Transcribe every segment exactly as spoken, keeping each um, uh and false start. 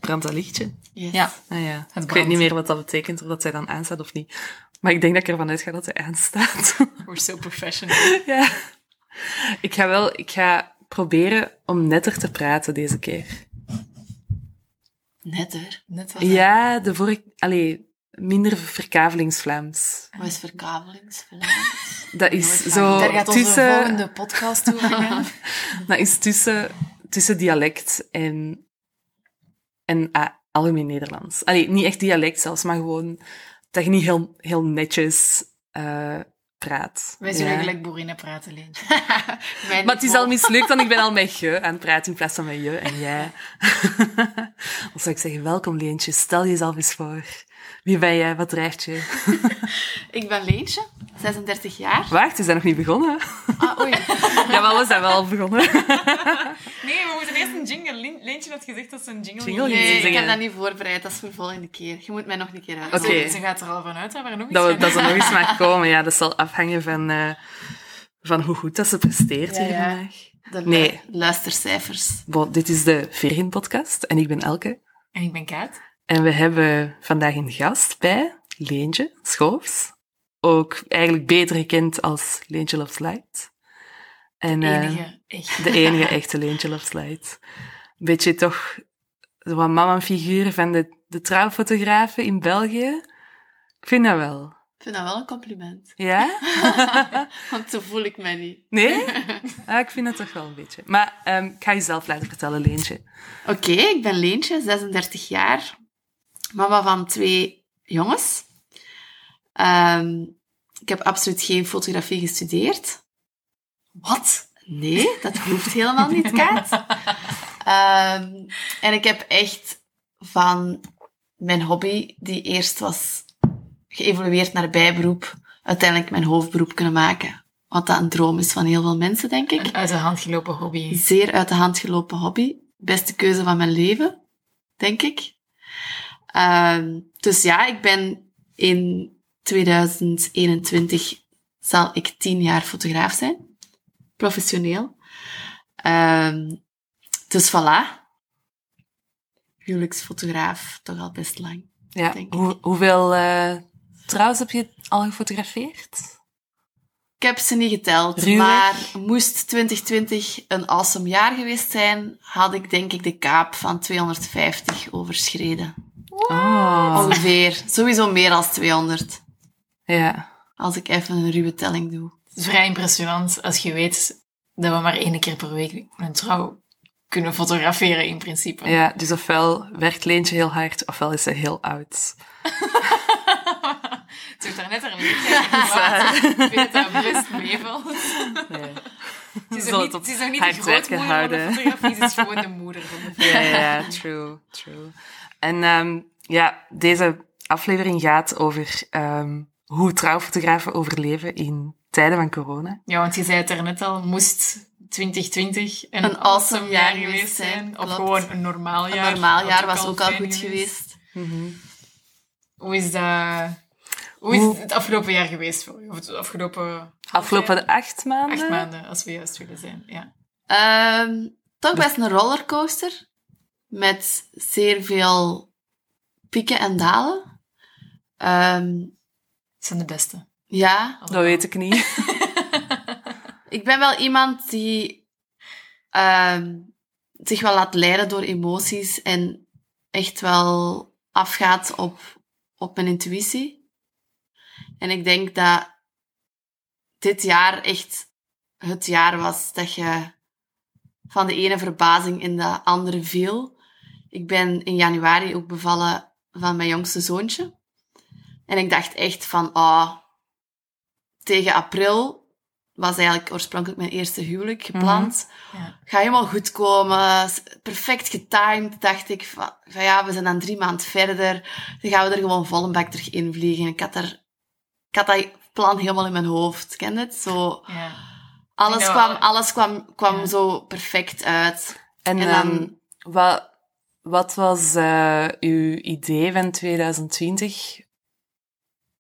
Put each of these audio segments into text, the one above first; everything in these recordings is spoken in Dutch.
brandt dat lichtje. Yes. Ja. Ah, ja. Het Ik weet niet brandt. meer wat dat betekent, of dat zij dan aanstaat of niet. Maar ik denk dat ik ervan uitga dat zij aanstaat. We're so professional. Ja. Ik ga wel... Ik ga proberen om netter te praten deze keer. Netter. Net wat Ja, de vorige... Allee, minder verkavelingsvlaams. Wat is verkavelingsvlaam? Dat is Nooit van zo Daar gaat onze tussen... volgende podcast over gaan. Dat is tussen, tussen dialect en, en ah, algemeen Nederlands. Allee, niet echt dialect zelfs, maar gewoon dat je niet heel, heel netjes uh, praat. Wij zullen Ja. gelijk boerinnen praten, Leen. Maar het is al mislukt, want ik ben al met je aan het praten in plaats van met je en jij. Dan zou ik zeggen, welkom Leentje, stel jezelf eens voor. Wie ben jij? Wat drijft je? Ik ben Leentje, zesendertig jaar. Wacht, we zijn nog niet begonnen. Ah, oei. Jawel, we zijn wel al begonnen. Nee, we moeten eerst een jingle. Le- Leentje had gezegd dat ze een jingle, Jingle ging ging Nee, ik zingen. heb dat niet voorbereid. Dat is voor volgende keer. Je moet mij nog een keer uit. Oké. Ze, ze gaat er al vanuit dat we er nog iets Dat, we, gaan dat ze nog eens mag komen. Ja, dat zal afhangen van, uh, van hoe goed dat ze presteert Ja, hier ja. vandaag. De lu- Nee. luistercijfers. Bon, dit is de Virgin-podcast en ik ben Elke. En ik ben Kaat. En we hebben vandaag een gast bij, Leentje Schoofs. Ook eigenlijk beter gekend als Leentje Loves Light. En, De eh, enige, echt. de enige echte Leentje Loves Light. Een beetje toch zo wat mama-figuur van de, de trouwfotografen in België. Ik vind dat wel. Ik vind dat wel een compliment. Ja? Want zo voel ik mij niet. Nee? Ah, ik vind het toch wel een beetje. Maar um, ik ga je zelf laten vertellen, Leentje. Oké, ik ben Leentje, zesendertig jaar. Mama van twee jongens. Um, ik heb absoluut geen fotografie gestudeerd. Wat? Nee, dat hoeft helemaal niet, Kaat. Um, en ik heb echt van mijn hobby, die eerst was geëvolueerd naar bijberoep, uiteindelijk mijn hoofdberoep kunnen maken. Wat dat een droom is van heel veel mensen, denk ik. Een uit de hand gelopen hobby. Zeer uit de hand gelopen hobby. Beste keuze van mijn leven, denk ik. Um, dus ja, ik ben in tweeduizend eenentwintig zal ik tien jaar fotograaf zijn. Professioneel. Um, dus voilà. Huwelijksfotograaf, toch al best lang. Ja. Denk ik. Hoe, hoeveel uh, trouwens heb je al gefotografeerd? Ik heb ze niet geteld, Ruwweg. maar moest twintig twintig een awesome jaar geweest zijn, had ik denk ik de kaap van tweehonderdvijftig overschreden. Oh. Ongeveer. Sowieso meer dan tweehonderd. Ja. Als ik even een ruwe telling doe. Het is vrij impressionant als je weet dat we maar één keer per week een trouw kunnen fotograferen, in principe. Ja, dus ofwel werkt Leentje heel hard, ofwel is ze heel oud. Het heeft daar net een leeftijd gemaakt. Ik weet dat het best meevalt. Nee. Het is Zal nog het niet, op het is nog niet de hard werken grootmoeder van de houden. fotografie, het is gewoon de moeder van de Ja, fotografie. ja, true, true. En um, ja, deze aflevering gaat over um, hoe trouwfotografen overleven in tijden van corona. Ja, want je zei het er net al, moest twintig twintig een, Een awesome jaar geweest zijn. Of klopt. gewoon een normaal jaar. Een normaal jaar Had was ook al fijn goed geweest. Mm-hmm. Hoe is dat... Hoe is het, het afgelopen jaar geweest voor je? Of het afgelopen... Afgelopen jaar? acht maanden? Acht maanden, als we juist willen zijn, ja. Um, toch best een rollercoaster. Met zeer veel pieken en dalen. Um, Het zijn de beste. ja, Dat weet ik niet. ik ben wel iemand die um, zich wel laat leiden door emoties en echt wel afgaat op, op mijn intuïtie. En ik denk dat dit jaar echt het jaar was dat je van de ene verbazing in de andere viel. Ik ben in januari ook bevallen van mijn jongste zoontje. En ik dacht echt van, oh, tegen april was eigenlijk oorspronkelijk mijn eerste huwelijk gepland. Mm-hmm. Ja. Ga helemaal goed komen. Perfect getimed, dacht ik. Van, van ja, we zijn dan drie maanden verder. Dan gaan we er gewoon vol een bak terug invliegen. Ik had, er, ik had dat plan helemaal in mijn hoofd. Ken je het? Zo, Ja. alles Nou, kwam, alles kwam, kwam ja. zo perfect uit. En, En dan- um, wat, wat was uh, uw idee van twintig twintig?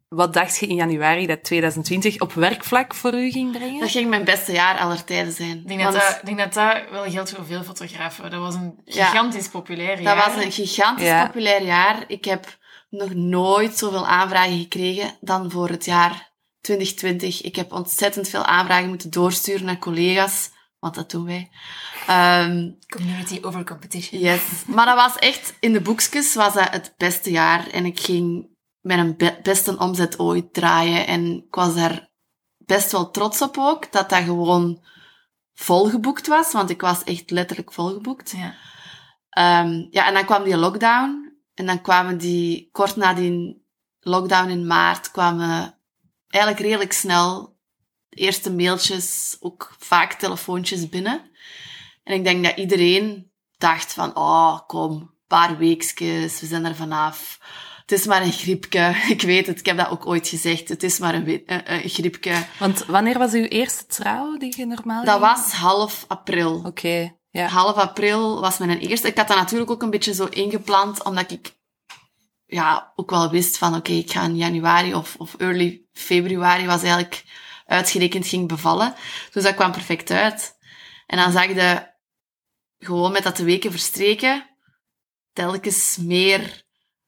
wat dacht je in januari dat twintig twintig op werkvlak voor u ging brengen? Dat ging mijn beste jaar aller tijden zijn. Ik denk, dat, Want dat, ik denk dat dat wel geldt voor veel fotografen. Dat was een gigantisch ja, populair jaar. Dat was een gigantisch ja. populair jaar. Ik heb nog nooit zoveel aanvragen gekregen dan voor het jaar twintig twintig. Ik heb ontzettend veel aanvragen moeten doorsturen naar collega's, want dat doen wij. Um, Community over competition. Yes. Maar dat was echt, in de boekjes was dat het beste jaar. En ik ging met een be- beste omzet ooit draaien. En ik was daar best wel trots op ook, dat dat gewoon volgeboekt was. Want ik was echt letterlijk volgeboekt. Ja. Um, ja, en dan kwam die lockdown. En dan kwamen die, kort na die lockdown in maart, kwamen eigenlijk redelijk snel eerste mailtjes, ook vaak telefoontjes binnen. En ik denk dat iedereen dacht van, oh, kom, een paar weekjes, we zijn er vanaf. Het is maar een griepje. Ik weet het, ik heb dat ook ooit gezegd. Het is maar een, we- een, een griepje. Want wanneer was uw eerste trouw die je normaal Dat ging? was half april. Oké, okay, ja. Half april was mijn eerste. Ik had dat natuurlijk ook een beetje zo ingepland, omdat ik ja, ook wel wist van, oké, okay, ik ga in januari of, of early februari was eigenlijk uitgerekend ging bevallen. Dus dat kwam perfect uit. En dan zag je gewoon met dat de weken verstreken, telkens meer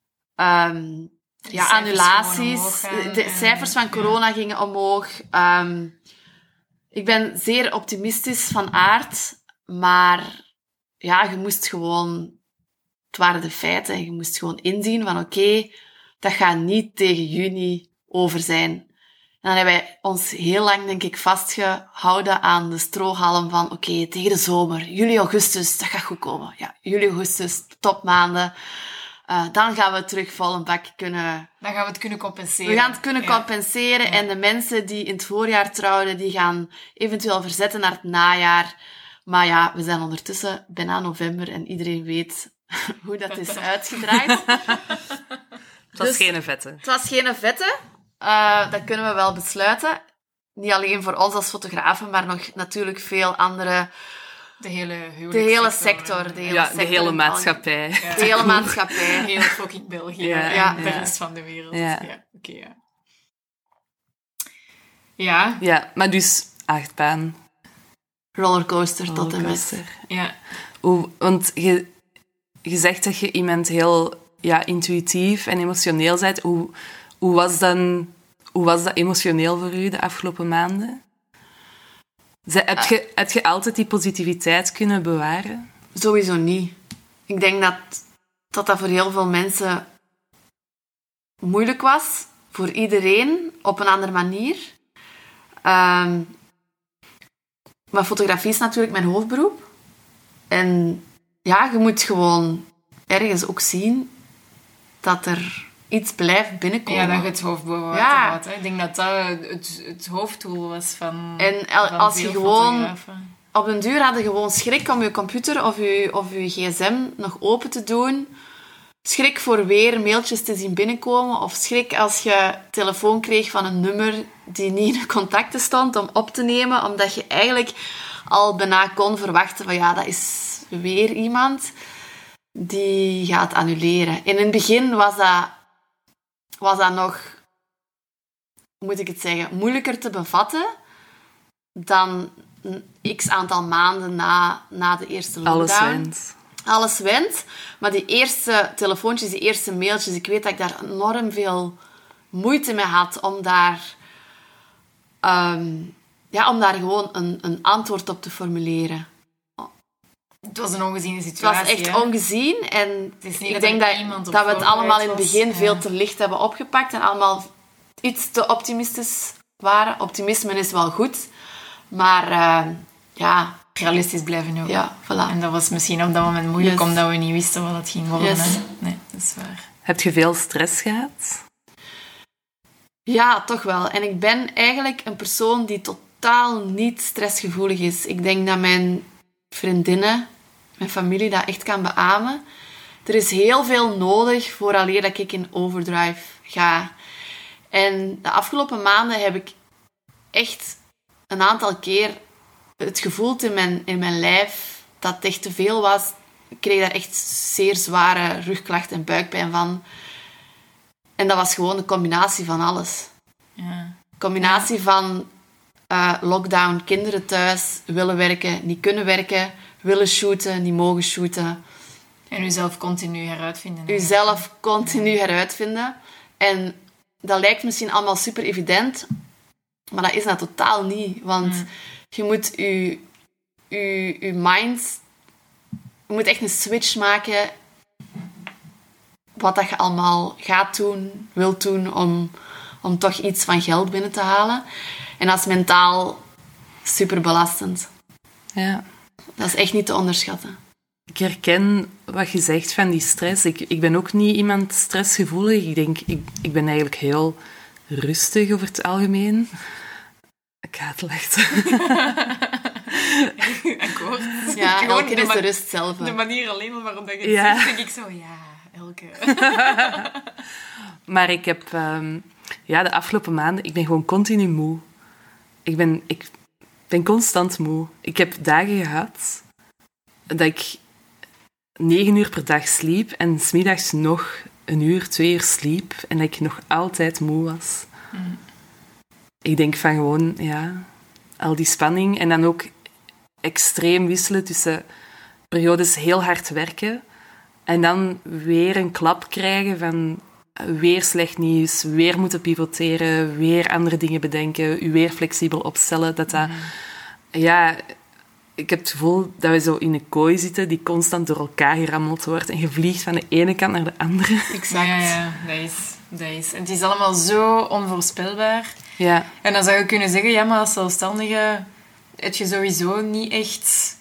um, ja, annulaties. De cijfers van corona ja. gingen omhoog. Um, ik ben zeer optimistisch van aard, maar ja, je moest gewoon... Het waren de feiten en je moest gewoon inzien van oké, okay, dat gaat niet tegen juni over zijn. En dan hebben wij ons heel lang, denk ik, vastgehouden aan de strohalm van oké, okay, tegen de zomer, juli, augustus, dat gaat goed komen. Ja, juli, augustus, topmaanden. Uh, dan gaan we terug vol een bak kunnen... Dan gaan we het kunnen compenseren. We gaan het kunnen ja. compenseren. Ja. En de mensen die in het voorjaar trouwden, die gaan eventueel verzetten naar het najaar. Maar ja, we zijn ondertussen bijna november en iedereen weet hoe dat is uitgedraaid. Het was dus, geen vette. Het was geen vette. Uh, dat kunnen we wel besluiten. Niet alleen voor ons als fotografen, maar nog natuurlijk veel andere... De hele De hele sector. De hele, ja, sector de hele maatschappij. Ja. De hele maatschappij. De hele fucking België. Ja, en ja. de rest van de wereld. Ja. Ja, oké, okay, ja. Ja. Ja, maar dus achtbaan. Rollercoaster, tot en met. Rollercoaster. Ja. Hoe, want je, je zegt dat je iemand heel ja, intuïtief en emotioneel bent. Hoe, hoe, was dan, hoe was dat emotioneel voor u de afgelopen maanden? Zij, heb, je, heb je altijd die positiviteit kunnen bewaren? Sowieso niet. Ik denk dat, dat dat voor heel veel mensen moeilijk was. Voor iedereen, op een andere manier. Um, maar fotografie is natuurlijk mijn hoofdberoep. En ja, je moet gewoon ergens ook zien dat er iets blijft binnenkomen. Ja, dat je het hoofd boven water ja. houdt. Hè. Ik denk dat dat het, het hoofddoel was van En el, van als je gewoon... fotografen. Op den duur had je gewoon schrik om je computer of je, of je gsm nog open te doen. Schrik voor weer mailtjes te zien binnenkomen. Of schrik als je telefoon kreeg van een nummer die niet in de contacten stond om op te nemen. Omdat je eigenlijk al bijna kon verwachten van ja, dat is weer iemand die gaat annuleren. En in het begin was dat, was dat nog, hoe moet ik het zeggen, moeilijker te bevatten dan een x aantal maanden na, na de eerste lockdown. Alles went. Alles went. Maar die eerste telefoontjes, die eerste mailtjes, ik weet dat ik daar enorm veel moeite mee had om daar, um, ja, om daar gewoon een, een antwoord op te formuleren. Het was een ongeziene Het situatie. was echt hè? ongezien. En Het is niet ik dat denk er dat, iemand op dat we het allemaal in het voorbereid begin was. veel Ja. te licht hebben opgepakt en allemaal iets te optimistisch waren. Optimisme is wel goed, maar uh, ja... Realistisch blijven ook. Ja, voilà. En dat was misschien op dat moment moeilijk, Yes. omdat we niet wisten wat het ging worden. Yes. Hè? Nee, dat is waar. Heb je veel stress gehad? Ja, toch wel. En ik ben eigenlijk een persoon die totaal niet stressgevoelig is. Ik denk dat mijn vriendinnen, mijn familie dat echt kan beamen. Er is heel veel nodig vooraleer dat ik in overdrive ga. En de afgelopen maanden heb ik echt een aantal keer het gevoel in mijn, in mijn lijf dat het echt te veel was. Ik kreeg daar echt zeer zware rugklachten en buikpijn van. En dat was gewoon een combinatie van alles. Ja. Combinatie ja. van uh, lockdown, kinderen thuis, willen werken, niet kunnen werken, willen shooten, niet mogen shooten. En uzelf continu heruitvinden. Uzelf continu heruitvinden. En dat lijkt misschien allemaal super evident, maar dat is dat totaal niet. Want mm. je moet je, je, je mind... Je moet echt een switch maken wat dat je allemaal gaat doen, wilt doen, om, om toch iets van geld binnen te halen. En dat is mentaal super belastend. Ja. Dat is echt niet te onderschatten. Ik herken wat je zegt van die stress. Ik, ik ben ook niet iemand stressgevoelig. Ik denk, ik, ik ben eigenlijk heel rustig over het algemeen. Ik ga het licht. Akkoord. Ja, elke is de rust zelf. De manier alleen al waarom dat je het ja. zegt, denk ik zo, ja, elke. Maar ik heb... Um, ja, de afgelopen maanden... Ik ben gewoon continu moe. Ik ben, ik ben constant moe. Ik heb dagen gehad dat ik negen uur per dag sliep en 's middags nog een uur, twee uur sliep en dat ik nog altijd moe was. Mm. Ik denk van gewoon, ja, al die spanning en dan ook extreem wisselen tussen periodes heel hard werken en dan weer een klap krijgen van weer slecht nieuws, weer moeten pivoteren, weer andere dingen bedenken, u weer flexibel opstellen. Dat dat, mm. ja... Ik heb het gevoel dat we zo in een kooi zitten die constant door elkaar gerammeld wordt en je vliegt van de ene kant naar de andere. Exact. Ja, ja, dat is, dat is. En het is allemaal zo onvoorspelbaar. Ja. En dan zou je kunnen zeggen, ja, maar als zelfstandige heb je sowieso niet echt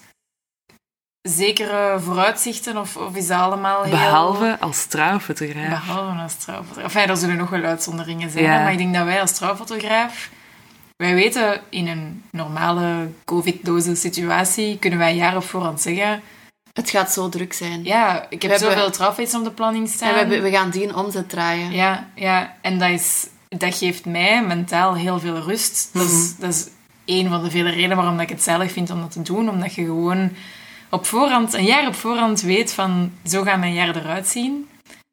zekere vooruitzichten of, of is dat allemaal heel... Behalve als trouwfotograaf. Behalve als trouwfotograaf. Enfin, er zullen nog wel uitzonderingen zijn, ja. maar ik denk dat wij als trouwfotograaf... Wij weten, in een normale covid-loze situatie kunnen wij een jaar op voorhand zeggen... Het gaat zo druk zijn. Ja, ik heb we zoveel hebben... trouwfeesten op de planning staan. En we, hebben, we gaan die een omzet draaien. Ja, ja. En dat, is, dat geeft mij mentaal heel veel rust. Dat, mm-hmm. is, dat is een van de vele redenen waarom ik het zalig vind om dat te doen. Omdat je gewoon op voorhand, een jaar op voorhand weet van... Zo gaat mijn jaar eruit zien.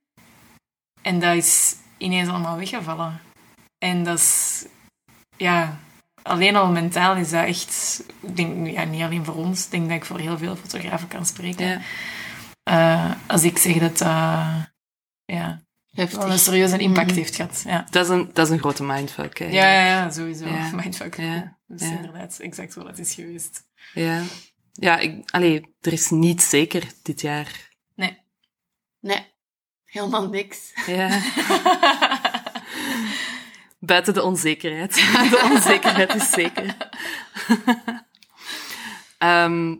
En dat is ineens allemaal weggevallen. En dat is... Ja, alleen al mentaal is dat echt... Ik denk, ja, niet alleen voor ons. Ik denk dat ik voor heel veel fotografen kan spreken. Ja. Uh, als ik zeg dat dat... Uh, ja, wel een serieuze impact mm-hmm. heeft gehad. Ja. Dat, is een, dat is een grote mindfuck. Hè. Ja, ja, ja, sowieso. Ja. Mindfuck. Ja. Dat is ja. inderdaad exact wat het is geweest. Ja, ja ik, allee, er is niet zeker dit jaar. Nee. Nee, helemaal niks. Ja. Buiten de onzekerheid. De onzekerheid is zeker. um,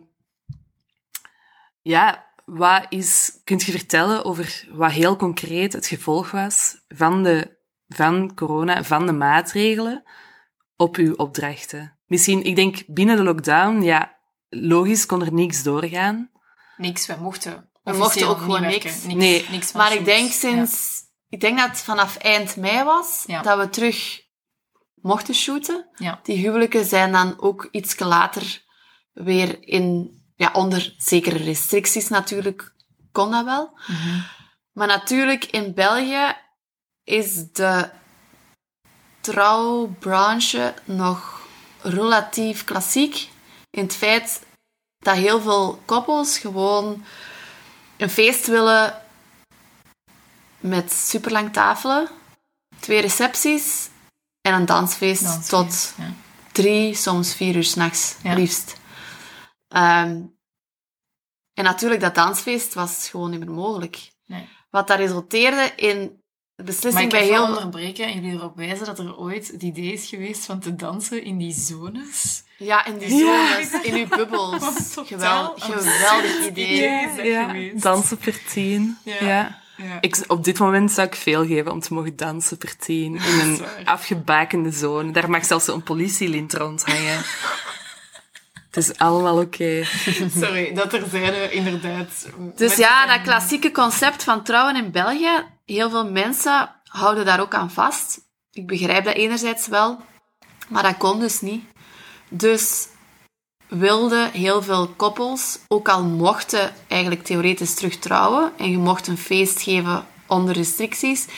ja, wat is... Kunt je vertellen over wat heel concreet het gevolg was van, de, van corona, van de maatregelen op uw opdrachten? Misschien, ik denk, binnen de lockdown, ja, logisch kon er niks doorgaan. Niks, we mochten. We mochten ook gewoon niks. niks. Nee. Niks maar ik denk sinds... Ja. Ik denk dat het vanaf eind mei was, ja. dat we terug mochten shooten. Ja. Die huwelijken zijn dan ook iets later weer in... Ja, onder zekere restricties natuurlijk kon dat wel. Mm-hmm. Maar natuurlijk, in België is de trouwbranche nog relatief klassiek. In het feit dat heel veel koppels gewoon een feest willen... met superlang tafelen, twee recepties en een dansfeest, dansfeest tot ja. drie, soms vier uur 's nachts, ja. liefst. Um, en natuurlijk, dat dansfeest was gewoon niet meer mogelijk. Nee. Wat dat resulteerde in de beslissing bij heel... Maar ik wil onderbreken en jullie erop wijzen dat er ooit het idee is geweest van te dansen in die zones. Ja, in die zones, ja. in uw bubbels. Gewel, geweldig idee. Ja, ja. Dansen per tien. Ja. ja. Ja. Ik, op dit moment zou ik veel geven om te mogen dansen per tien. In een afgebakende zone. Daar mag zelfs een politielint rondhangen. Het is allemaal oké. Okay. Sorry, dat terzijde, inderdaad. Dus ja, dat klassieke concept van trouwen in België, heel veel mensen houden daar ook aan vast. Ik begrijp dat enerzijds wel, maar dat kon dus niet. Dus wilden heel veel koppels, ook al mochten eigenlijk theoretisch terug trouwen en je mocht een feest geven onder restricties,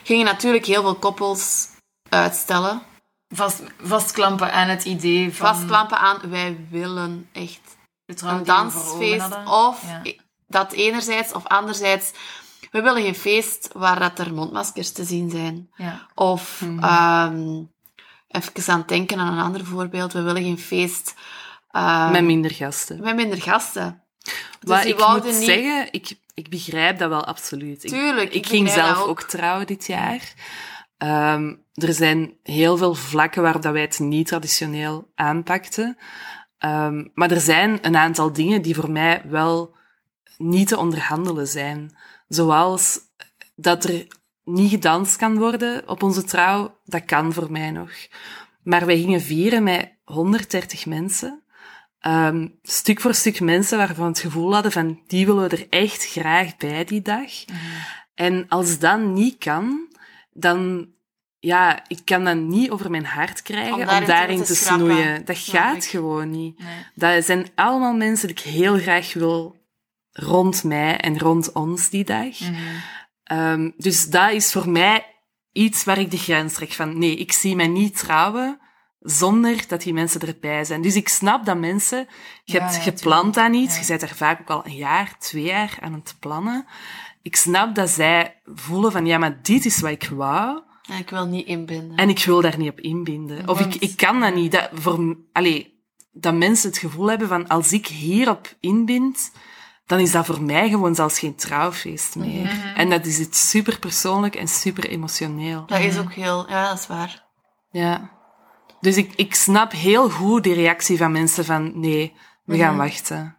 gingen natuurlijk heel veel koppels uitstellen. Vast, vastklampen aan het idee van... Vastklampen aan, wij willen echt de trouw een die we voor ogen dansfeest. hadden. Of Ja. dat enerzijds, of anderzijds... We willen geen feest waar dat er mondmaskers te zien zijn. Ja. Of, Hmm. um, even aan het denken aan een ander voorbeeld. We willen geen feest... um, Met minder gasten. met minder gasten. Dus Wat die ik wouden moet niet... zeggen, ik, ik begrijp dat wel absoluut. Ik, Tuurlijk, ik ik ging begrijp zelf dat ook. ook. trouwen dit jaar. Um, er zijn heel veel vlakken waarop dat wij het niet traditioneel aanpakten. Um, maar er zijn een aantal dingen die voor mij wel niet te onderhandelen zijn. Zoals dat er niet gedanst kan worden op onze trouw, dat kan voor mij nog. Maar wij gingen vieren met honderddertig mensen. Um, stuk voor stuk mensen waarvan we het gevoel hadden van, die willen we er echt graag bij die dag. Mm. En als dat niet kan, dan... Ja, ik kan dat niet over mijn hart krijgen Om om daarin daarin, te te schrappen. snoeien. Dat Snap gaat ik. gewoon niet. Nee. Dat zijn allemaal mensen die ik heel graag wil rond mij en rond ons die dag. Mm-hmm. Um, dus dat is voor mij iets waar ik de grens trek van, nee, ik zie mij niet trouwen zonder dat die mensen erbij zijn. Dus ik snap dat mensen, je Ja, hebt ja, gepland aan iets, Ja. je bent daar vaak ook al een jaar, twee jaar aan het plannen. Ik snap dat zij voelen van, ja, maar dit is wat ik wou. Ja, ik wil niet inbinden. En ik wil daar niet op inbinden. Of Want- ik, ik kan dat niet. Dat, voor, allee, dat mensen het gevoel hebben van, als ik hierop inbind, dan is dat voor mij gewoon zelfs geen trouwfeest meer. Mhm. En dat is iets super persoonlijk en super emotioneel. Dat is ook heel... Ja, dat is waar. Ja. Dus ik, ik snap heel goed die reactie van mensen van, nee, we gaan Mhm. wachten.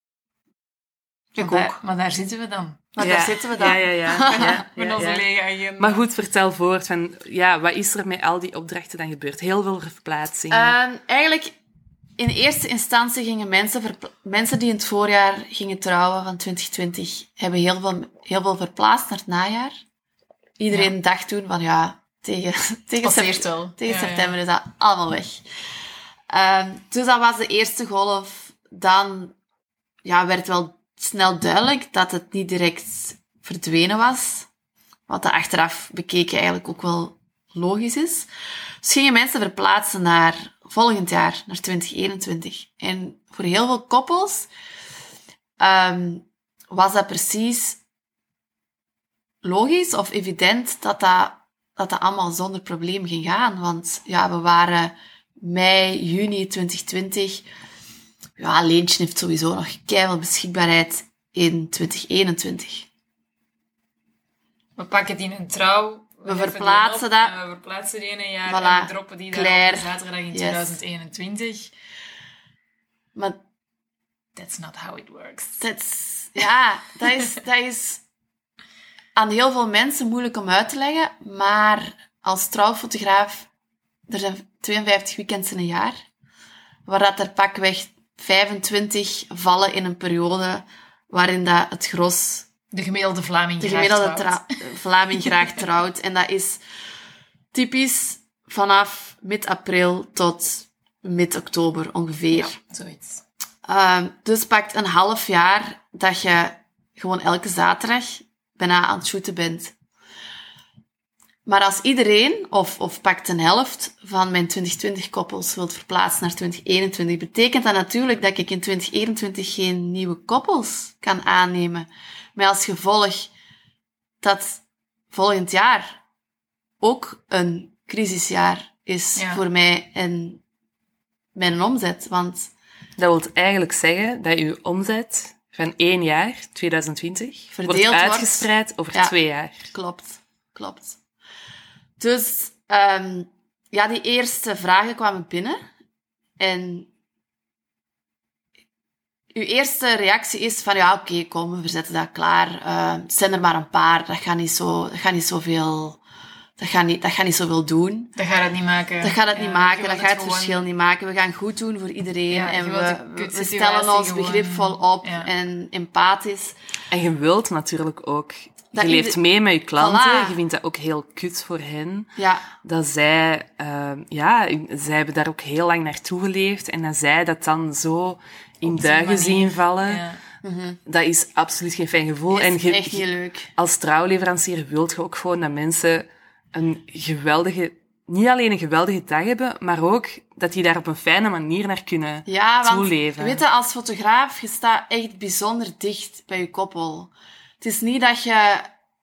Ik maar, ook. daar, maar daar zitten we dan. Maar Ja. daar zitten we dan. Ja, ja, ja. ja, Met ja, onze ja. lege agenda. Maar goed, vertel voort van, ja, wat is er met al die opdrachten dan gebeurd? Heel veel verplaatsingen. Ehm, eigenlijk, in eerste instantie gingen mensen, verpla- mensen die in het voorjaar gingen trouwen van twintig twintig, hebben heel veel, heel veel verplaatst naar het najaar. Iedereen Ja. dacht toen van, ja, tegen, tegen, Passeert sept- wel. tegen Ja, ja. september is dat allemaal weg. Ehm, dus dat was de eerste golf. Dan ja, werd wel snel duidelijk dat het niet direct verdwenen was. Wat dat achteraf bekeken eigenlijk ook wel logisch is. Dus gingen mensen verplaatsen naar volgend jaar, naar twintig eenentwintig. En voor heel veel koppels um, was dat precies logisch of evident dat dat, dat dat allemaal zonder probleem ging gaan. Want ja, we waren mei, juni twintig twintig. Ja, Leentje heeft sowieso nog keiveel beschikbaarheid in twintig eenentwintig. We pakken die in een trouw. We heffen verplaatsen die op, dat. en we verplaatsen die in een jaar. Voilà. En we droppen die daar Klaar. op de zaterdag in Yes. twintig eenentwintig. Maar That's not how it works. dat is, ja, dat is, dat is aan heel veel mensen moeilijk om uit te leggen. Maar als trouwfotograaf, er zijn tweeënvijftig weekends in een jaar, waar dat er pakweg vijfentwintig vallen in een periode waarin dat het gros, De gemiddelde Vlaming de graag gemiddelde trouwt. tra- Vlaming graag trouwt. En dat is typisch vanaf mid-april tot mid-oktober ongeveer. Ja, zoiets. Um, dus pakt een half jaar dat je gewoon elke zaterdag bijna aan het shooten bent. Maar als iedereen, of, of pakt een helft van mijn twintig twintig koppels wilt verplaatsen naar twintig eenentwintig, betekent dat natuurlijk dat ik in twintig eenentwintig geen nieuwe koppels kan aannemen. Met als gevolg dat volgend jaar ook een crisisjaar is Ja. voor mij en mijn omzet. Want Dat wil eigenlijk zeggen dat uw omzet van één jaar, twintig twintig, Verdeeld wordt wordt. uitgespreid over Ja. twee jaar. Klopt, klopt. Dus um, ja, die eerste vragen kwamen binnen. En uw eerste reactie is van, ja, oké, okay, kom, we zetten dat klaar. Uh, het zijn er maar een paar, dat gaat niet, zo, dat gaat niet zoveel... Dat gaat niet, dat gaat niet zoveel doen. Dat gaat het niet maken. Dat gaat het Ja, niet maken, je dat wilt gaat het gewoon- verschil niet maken. We gaan goed doen voor iedereen. Ja, je en wilt de we, we kutsituatie stellen ons gewoon- begripvol op Ja. en empathisch. En je wilt natuurlijk ook... Dat je leeft ieder- mee met je klanten. Voilà. Je vindt dat ook heel kut voor hen. Ja, Dat zij... Uh, ja, zij hebben daar ook heel lang naartoe geleefd. En dat zij dat dan zo in Op die duigen manier. zien vallen. Ja. Mm-hmm. Dat is absoluut geen fijn gevoel. Dat is en je, echt niet leuk. Als trouwleverancier wilt je ook gewoon dat mensen een geweldige, niet alleen een geweldige dag hebben, maar ook dat die daar op een fijne manier naar kunnen Ja, want toeleven. weet je, als fotograaf, je staat echt bijzonder dicht bij je koppel. Het is niet dat je...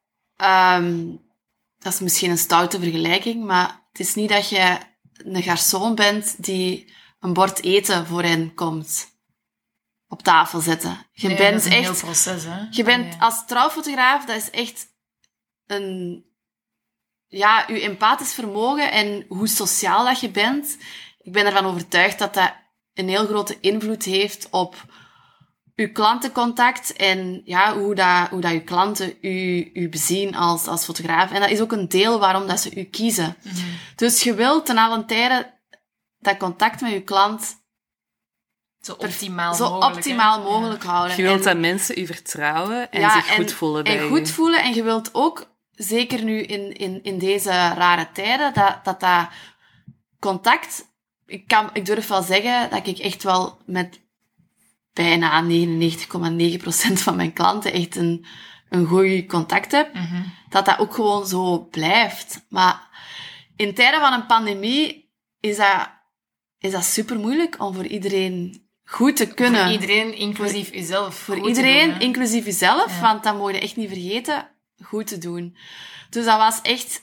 Um, dat is misschien een stoute vergelijking, maar het is niet dat je een garçon bent die een bord eten voor hen komt op tafel zetten. Je nee, bent dat is een echt... heel proces, hè? Je bent Nee. als trouwfotograaf, dat is echt een... Ja, je empathisch vermogen en hoe sociaal dat je bent. Ik ben ervan overtuigd dat dat een heel grote invloed heeft op je klantencontact en ja, hoe, dat, hoe dat je klanten u, u bezien als, als fotograaf. En dat is ook een deel waarom dat ze u kiezen. Mm-hmm. Dus je wilt ten allen tijde dat contact met je klant Zo optimaal zo mogelijk. optimaal hè? mogelijk houden. Je wilt En- dat mensen u vertrouwen en ja, zich goed voelen bij En u. goed voelen. En je wilt ook, zeker nu in, in, in deze rare tijden, dat dat, dat contact... Ik, kan, ik durf wel zeggen dat ik echt wel met bijna negenennegentig komma negen procent van mijn klanten echt een, een goed contact heb. Mhm. Dat dat ook gewoon zo blijft. Maar in tijden van een pandemie is dat, is dat super moeilijk om voor iedereen goed te kunnen. Voor iedereen, inclusief jezelf. Voor goed te iedereen, doen, hè? inclusief jezelf, Ja. want dat moet je echt niet vergeten, goed te doen. Dus dat was echt,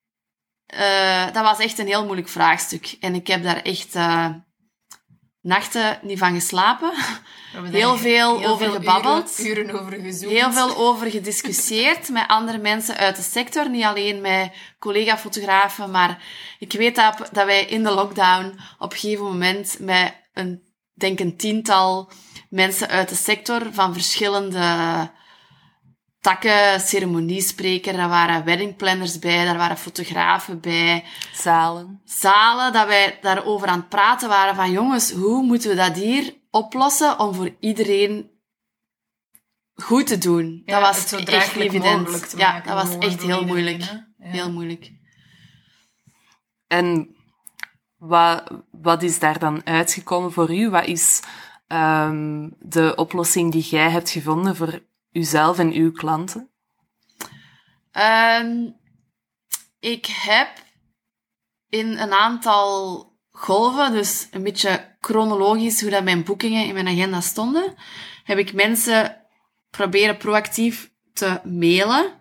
uh, dat was echt een heel moeilijk vraagstuk. En ik heb daar echt uh, nachten niet van geslapen. We hebben Heel daar veel heel over veel gebabbeld. Uren, uren over gezoomd. Heel veel over gediscussieerd met andere mensen uit de sector. Niet alleen met collega-fotografen, maar ik weet dat, dat wij in de lockdown op een gegeven moment met een, denk een tiental mensen uit de sector van verschillende takken, ceremoniespreker, daar waren weddingplanners bij, daar waren fotografen bij, Zalen. zalen, dat wij daarover aan het praten waren van jongens, hoe moeten we dat hier oplossen om voor iedereen goed te doen? Ja, dat was het zo echt draaglijk evident. mogelijk te Ja, maken, dat was gewoon echt voor heel iedereen, moeilijk. hè? Ja. Heel moeilijk. En wat, wat is daar dan uitgekomen voor u? Wat is um, de oplossing die jij hebt gevonden voor uzelf en uw klanten? Um, ik heb in een aantal golven, dus een beetje chronologisch hoe dat mijn boekingen in mijn agenda stonden, heb ik mensen proberen proactief te mailen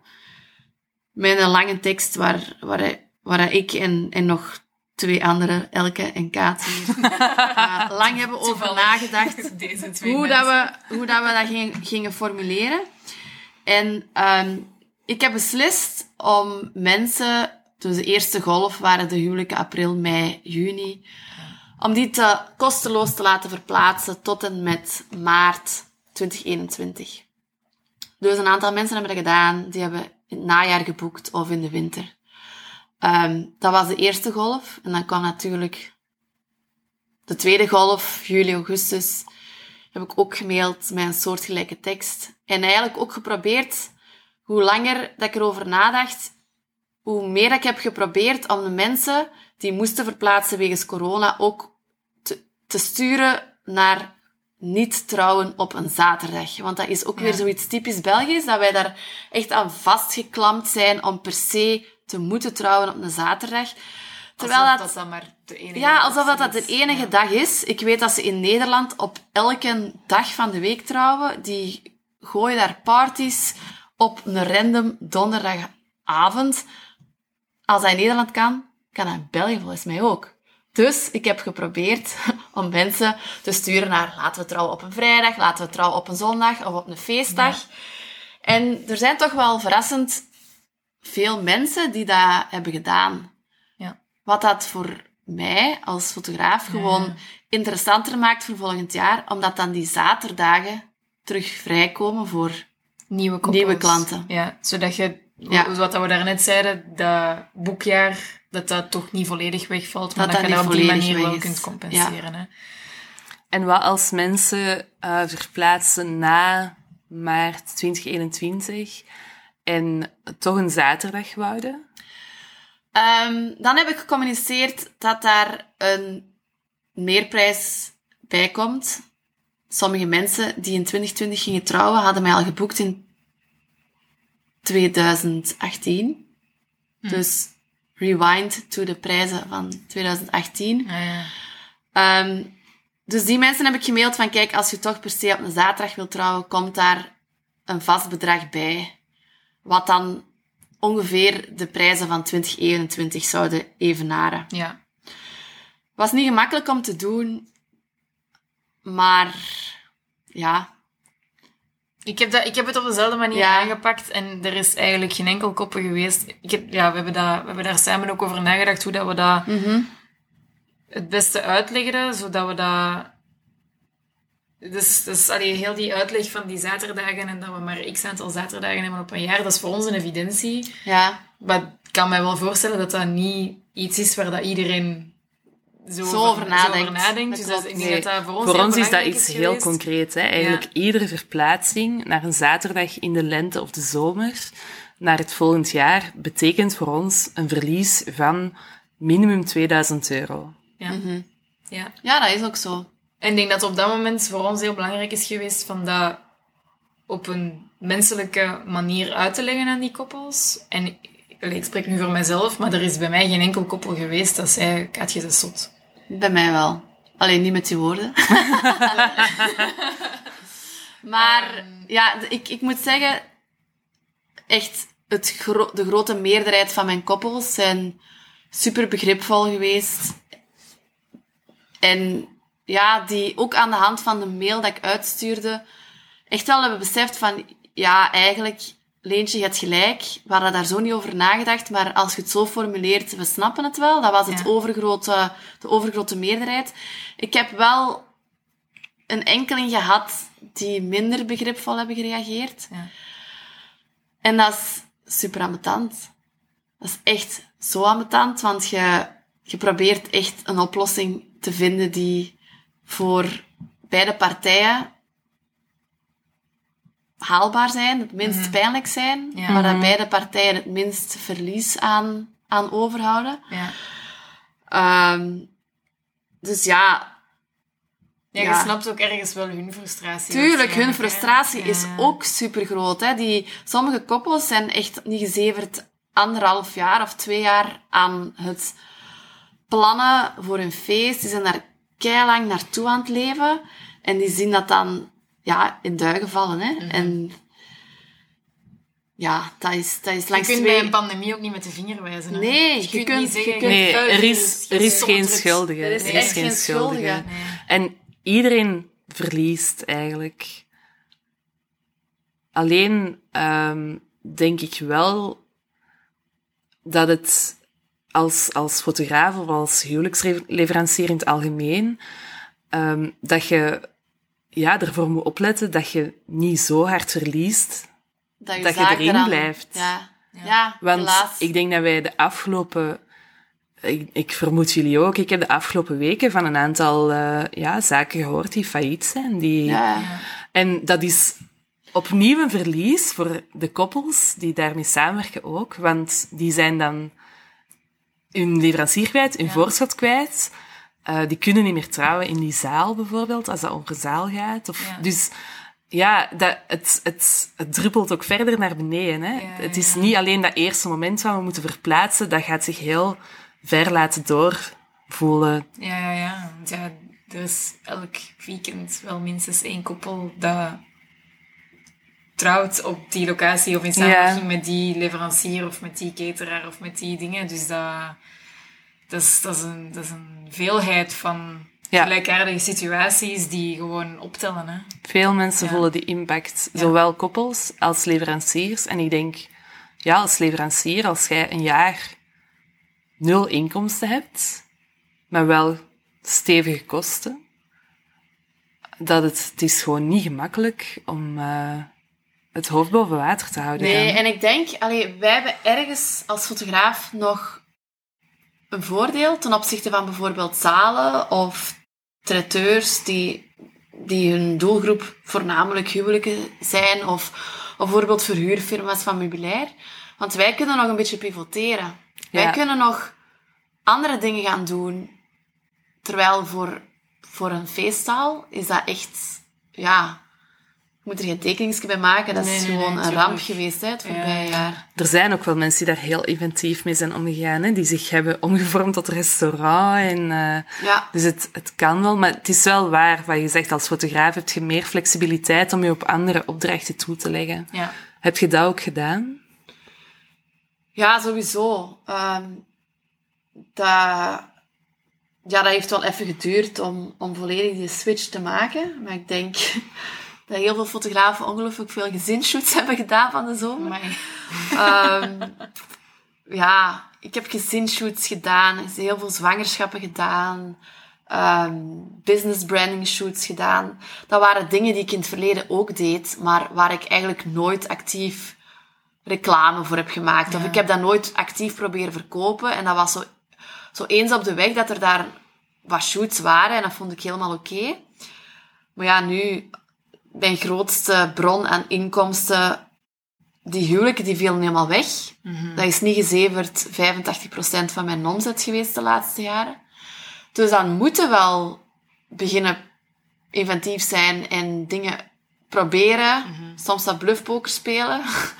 met een lange tekst waar, waar, waar ik en, en nog twee anderen, Elke en Kaat, hier, uh, lang hebben over Toevallig. nagedacht Deze twee hoe, dat mensen. we, hoe dat we dat gingen, gingen formuleren. En um, ik heb beslist om mensen, dus de eerste golf waren de huwelijken april, mei, juni, om die te kosteloos te laten verplaatsen tot en met maart twintig eenentwintig. Dus een aantal mensen hebben dat gedaan, die hebben in het najaar geboekt of in de winter. Um, dat was de eerste golf. En dan kwam natuurlijk de tweede golf, juli, augustus, heb ik ook gemaild met een soortgelijke tekst. En eigenlijk ook geprobeerd, hoe langer dat ik erover nadacht, hoe meer dat ik heb geprobeerd om de mensen die moesten verplaatsen wegens corona ook te, te sturen naar niet trouwen op een zaterdag. Want dat is ook Ja. weer zoiets typisch Belgisch, dat wij daar echt aan vastgeklampt zijn om per se te moeten trouwen op een zaterdag. Terwijl Alsof dat, dat dan maar de enige ja, alsof dat, dat optie de is. enige Ja. dag is. Ik weet dat ze in Nederland op elke dag van de week trouwen. Die gooien daar parties op een random donderdagavond. Als dat in Nederland kan, kan dat in België volgens mij ook. Dus ik heb geprobeerd om mensen te sturen naar laten we trouwen op een vrijdag, laten we trouwen op een zondag of op een feestdag. Ja. En er zijn toch wel verrassend veel mensen die dat hebben gedaan. Ja. Wat dat voor mij als fotograaf gewoon Ja. interessanter maakt voor volgend jaar, omdat dan die zaterdagen terug vrijkomen voor... Nieuwe koppels. Nieuwe klanten. Ja, zodat je, Ja. wat we daarnet zeiden, dat boekjaar, dat dat toch niet volledig wegvalt, maar Dat dat, dat je dat niet op die volledig manier weg wel is. kunt compenseren. Hè. En wat als mensen uh, verplaatsen na maart twintig eenentwintig en toch een zaterdag wouden? Um, dan heb ik gecommuniceerd dat daar een meerprijs bij komt. sommige mensen die in twintig twintig gingen trouwen, hadden mij al geboekt in twintig achttien. Hm. Dus rewind to de prijzen van twintig achttien. Ah, ja. Um, dus die mensen heb ik gemaild van, kijk, als je toch per se op een zaterdag wilt trouwen, komt daar een vast bedrag bij. Wat dan ongeveer de prijzen van twintig eenentwintig zouden evenaren. Ja. Was niet gemakkelijk om te doen, maar ja. Ik heb, dat, ik heb het op dezelfde manier ja. aangepakt en er is eigenlijk geen enkel koppel geweest. Ik heb, ja, we, hebben dat, we hebben daar samen ook over nagedacht, hoe dat we dat Mm-hmm. het beste uitleggen, zodat we dat... Dus, dus allee, heel die uitleg van die zaterdagen en dat we maar x aantal zaterdagen hebben op een jaar, dat is voor ons een evidentie. Ja. Maar ik kan mij wel voorstellen dat dat niet iets is waar dat iedereen zo, zo over, over nadenkt. Zo over nadenkt. Dat Dus dat, ik denk Nee. dat dat voor ons Voor heel ons is dat belangrijk iets is heel geweest. concreet. Hè? Eigenlijk Ja. iedere verplaatsing naar een zaterdag in de lente of de zomer, naar het volgend jaar, betekent voor ons een verlies van minimum tweeduizend euro. Ja. Mm-hmm. Ja. Ja, dat is ook zo. En ik denk dat op dat moment voor ons heel belangrijk is geweest van dat op een menselijke manier uit te leggen aan die koppels. En ik spreek nu voor mezelf, maar er is bij mij geen enkel koppel geweest dat zei, Kaatje, dat is zot. Bij mij wel. Alleen niet met die woorden. Maar um, ja, ik, ik moet zeggen, echt het gro- de grote meerderheid van mijn koppels zijn super begripvol geweest. En ja, die ook aan de hand van de mail dat ik uitstuurde, echt wel hebben beseft van, ja, eigenlijk, Leentje, je hebt gelijk. We hadden daar zo niet over nagedacht, maar als je het zo formuleert, we snappen het wel. Dat was het ja. overgrote, de overgrote meerderheid. Ik heb wel een enkeling gehad die minder begripvol hebben gereageerd. Ja. En dat is super ambetant. Dat is echt zo ambetant, want je, je probeert echt een oplossing te vinden die voor beide partijen haalbaar zijn, het minst mm-hmm. pijnlijk zijn, ja. maar dat beide partijen het minst verlies aan, aan overhouden. Ja. Um, dus ja... Ja, ja, je snapt ook ergens wel hun frustratie. Tuurlijk, hun frustratie ja. is ook super groot. Hè. Die, sommige koppels zijn echt niet gezeverd anderhalf jaar of twee jaar aan het plannen voor hun feest. Die zijn daar keilang naartoe aan het leven. En die zien dat dan ja, in duigen vallen. Hè. Mm-hmm. En ja, dat is, dat is langs je kunt twee... bij een pandemie ook niet met de vinger wijzen. Hè? Nee, je, je kunt kunt niet zeggen... je kunt, nee, er is, er is geen schuldige. Er is, er echt is geen geen schuldige. schuldige. Nee. En iedereen verliest eigenlijk. Alleen um, denk ik wel dat het als, als fotograaf of als huwelijksleverancier in het algemeen, um, dat je ja, ervoor moet opletten dat je niet zo hard verliest dat je, dat je zaak erin eraan, blijft. Ja, Ja. ja Want helaas. ik denk dat wij de afgelopen... Ik, ik vermoed jullie ook. Ik heb de afgelopen weken van een aantal uh, ja, zaken gehoord die failliet zijn. Die... Ja. Ja. En dat is opnieuw een verlies voor de koppels die daarmee samenwerken ook. Want die zijn dan hun leverancier kwijt, hun Ja. voorschot kwijt. Uh, die kunnen niet meer trouwen in die zaal bijvoorbeeld, als dat over zaal gaat. Of, Ja. Dus ja, dat, het, het, het druppelt ook verder naar beneden. Hè. Ja, het is ja. niet alleen dat eerste moment wat we moeten verplaatsen, dat gaat zich heel ver laten doorvoelen. Ja, ja, ja. Want ja, er is elk weekend wel minstens één koppel dat trouwt op die locatie of in samenwerking Ja. met die leverancier of met die cateraar of met die dingen. Dus dat, dat, is, dat, is, een, dat is een veelheid van Ja. gelijkaardige situaties die gewoon optellen. Hè. Veel mensen Ja. voelen die impact, Ja. zowel koppels als leveranciers. En ik denk, ja, als leverancier, als jij een jaar nul inkomsten hebt, maar wel stevige kosten, dat het, het is gewoon niet gemakkelijk om uh, het hoofd boven water te houden. Nee, dan. en ik denk, allee, wij hebben ergens als fotograaf nog een voordeel ten opzichte van bijvoorbeeld zalen of traiteurs die, die hun doelgroep voornamelijk huwelijken zijn of, of bijvoorbeeld verhuurfirma's van meubilair. Want wij kunnen nog een beetje pivoteren. Wij Ja. kunnen nog andere dingen gaan doen. Terwijl voor, voor een feestzaal is dat echt ja, ik moet er geen tekeningsje bij maken. Dat Nee, is nee, gewoon nee, een tuurlijk. ramp geweest, hè, het voorbije Ja. jaar. Er zijn ook wel mensen die daar heel inventief mee zijn omgegaan, hè, die zich hebben omgevormd tot restaurant. En, uh, Ja. Dus het, het kan wel, maar het is wel waar wat je zegt. Als fotograaf heb je meer flexibiliteit om je op andere opdrachten toe te leggen. Ja. Heb je dat ook gedaan? Ja, sowieso. Um, dat, ja, dat heeft wel even geduurd om, om volledig die switch te maken. Maar ik denk dat heel veel fotografen ongelooflijk veel gezinsshoots hebben gedaan van de zomer. Um, ja, ik heb gezinsshoots gedaan, heel veel zwangerschappen gedaan, um, business branding shoots gedaan. Dat waren dingen die ik in het verleden ook deed, maar waar ik eigenlijk nooit actief reclame voor heb gemaakt. Ja. Of ik heb dat nooit actief proberen verkopen. En dat was zo, zo eens op de weg dat er daar wat shoots waren. En dat vond ik helemaal oké. Okay. Maar ja, nu, mijn grootste bron aan inkomsten, die huwelijken, die vielen helemaal weg. Mm-hmm. Dat is niet gezeverd vijfentachtig procent van mijn omzet geweest de laatste jaren. Dus dan moeten we wel beginnen inventief zijn en dingen proberen. Mm-hmm. Soms dat bluffpoker spelen.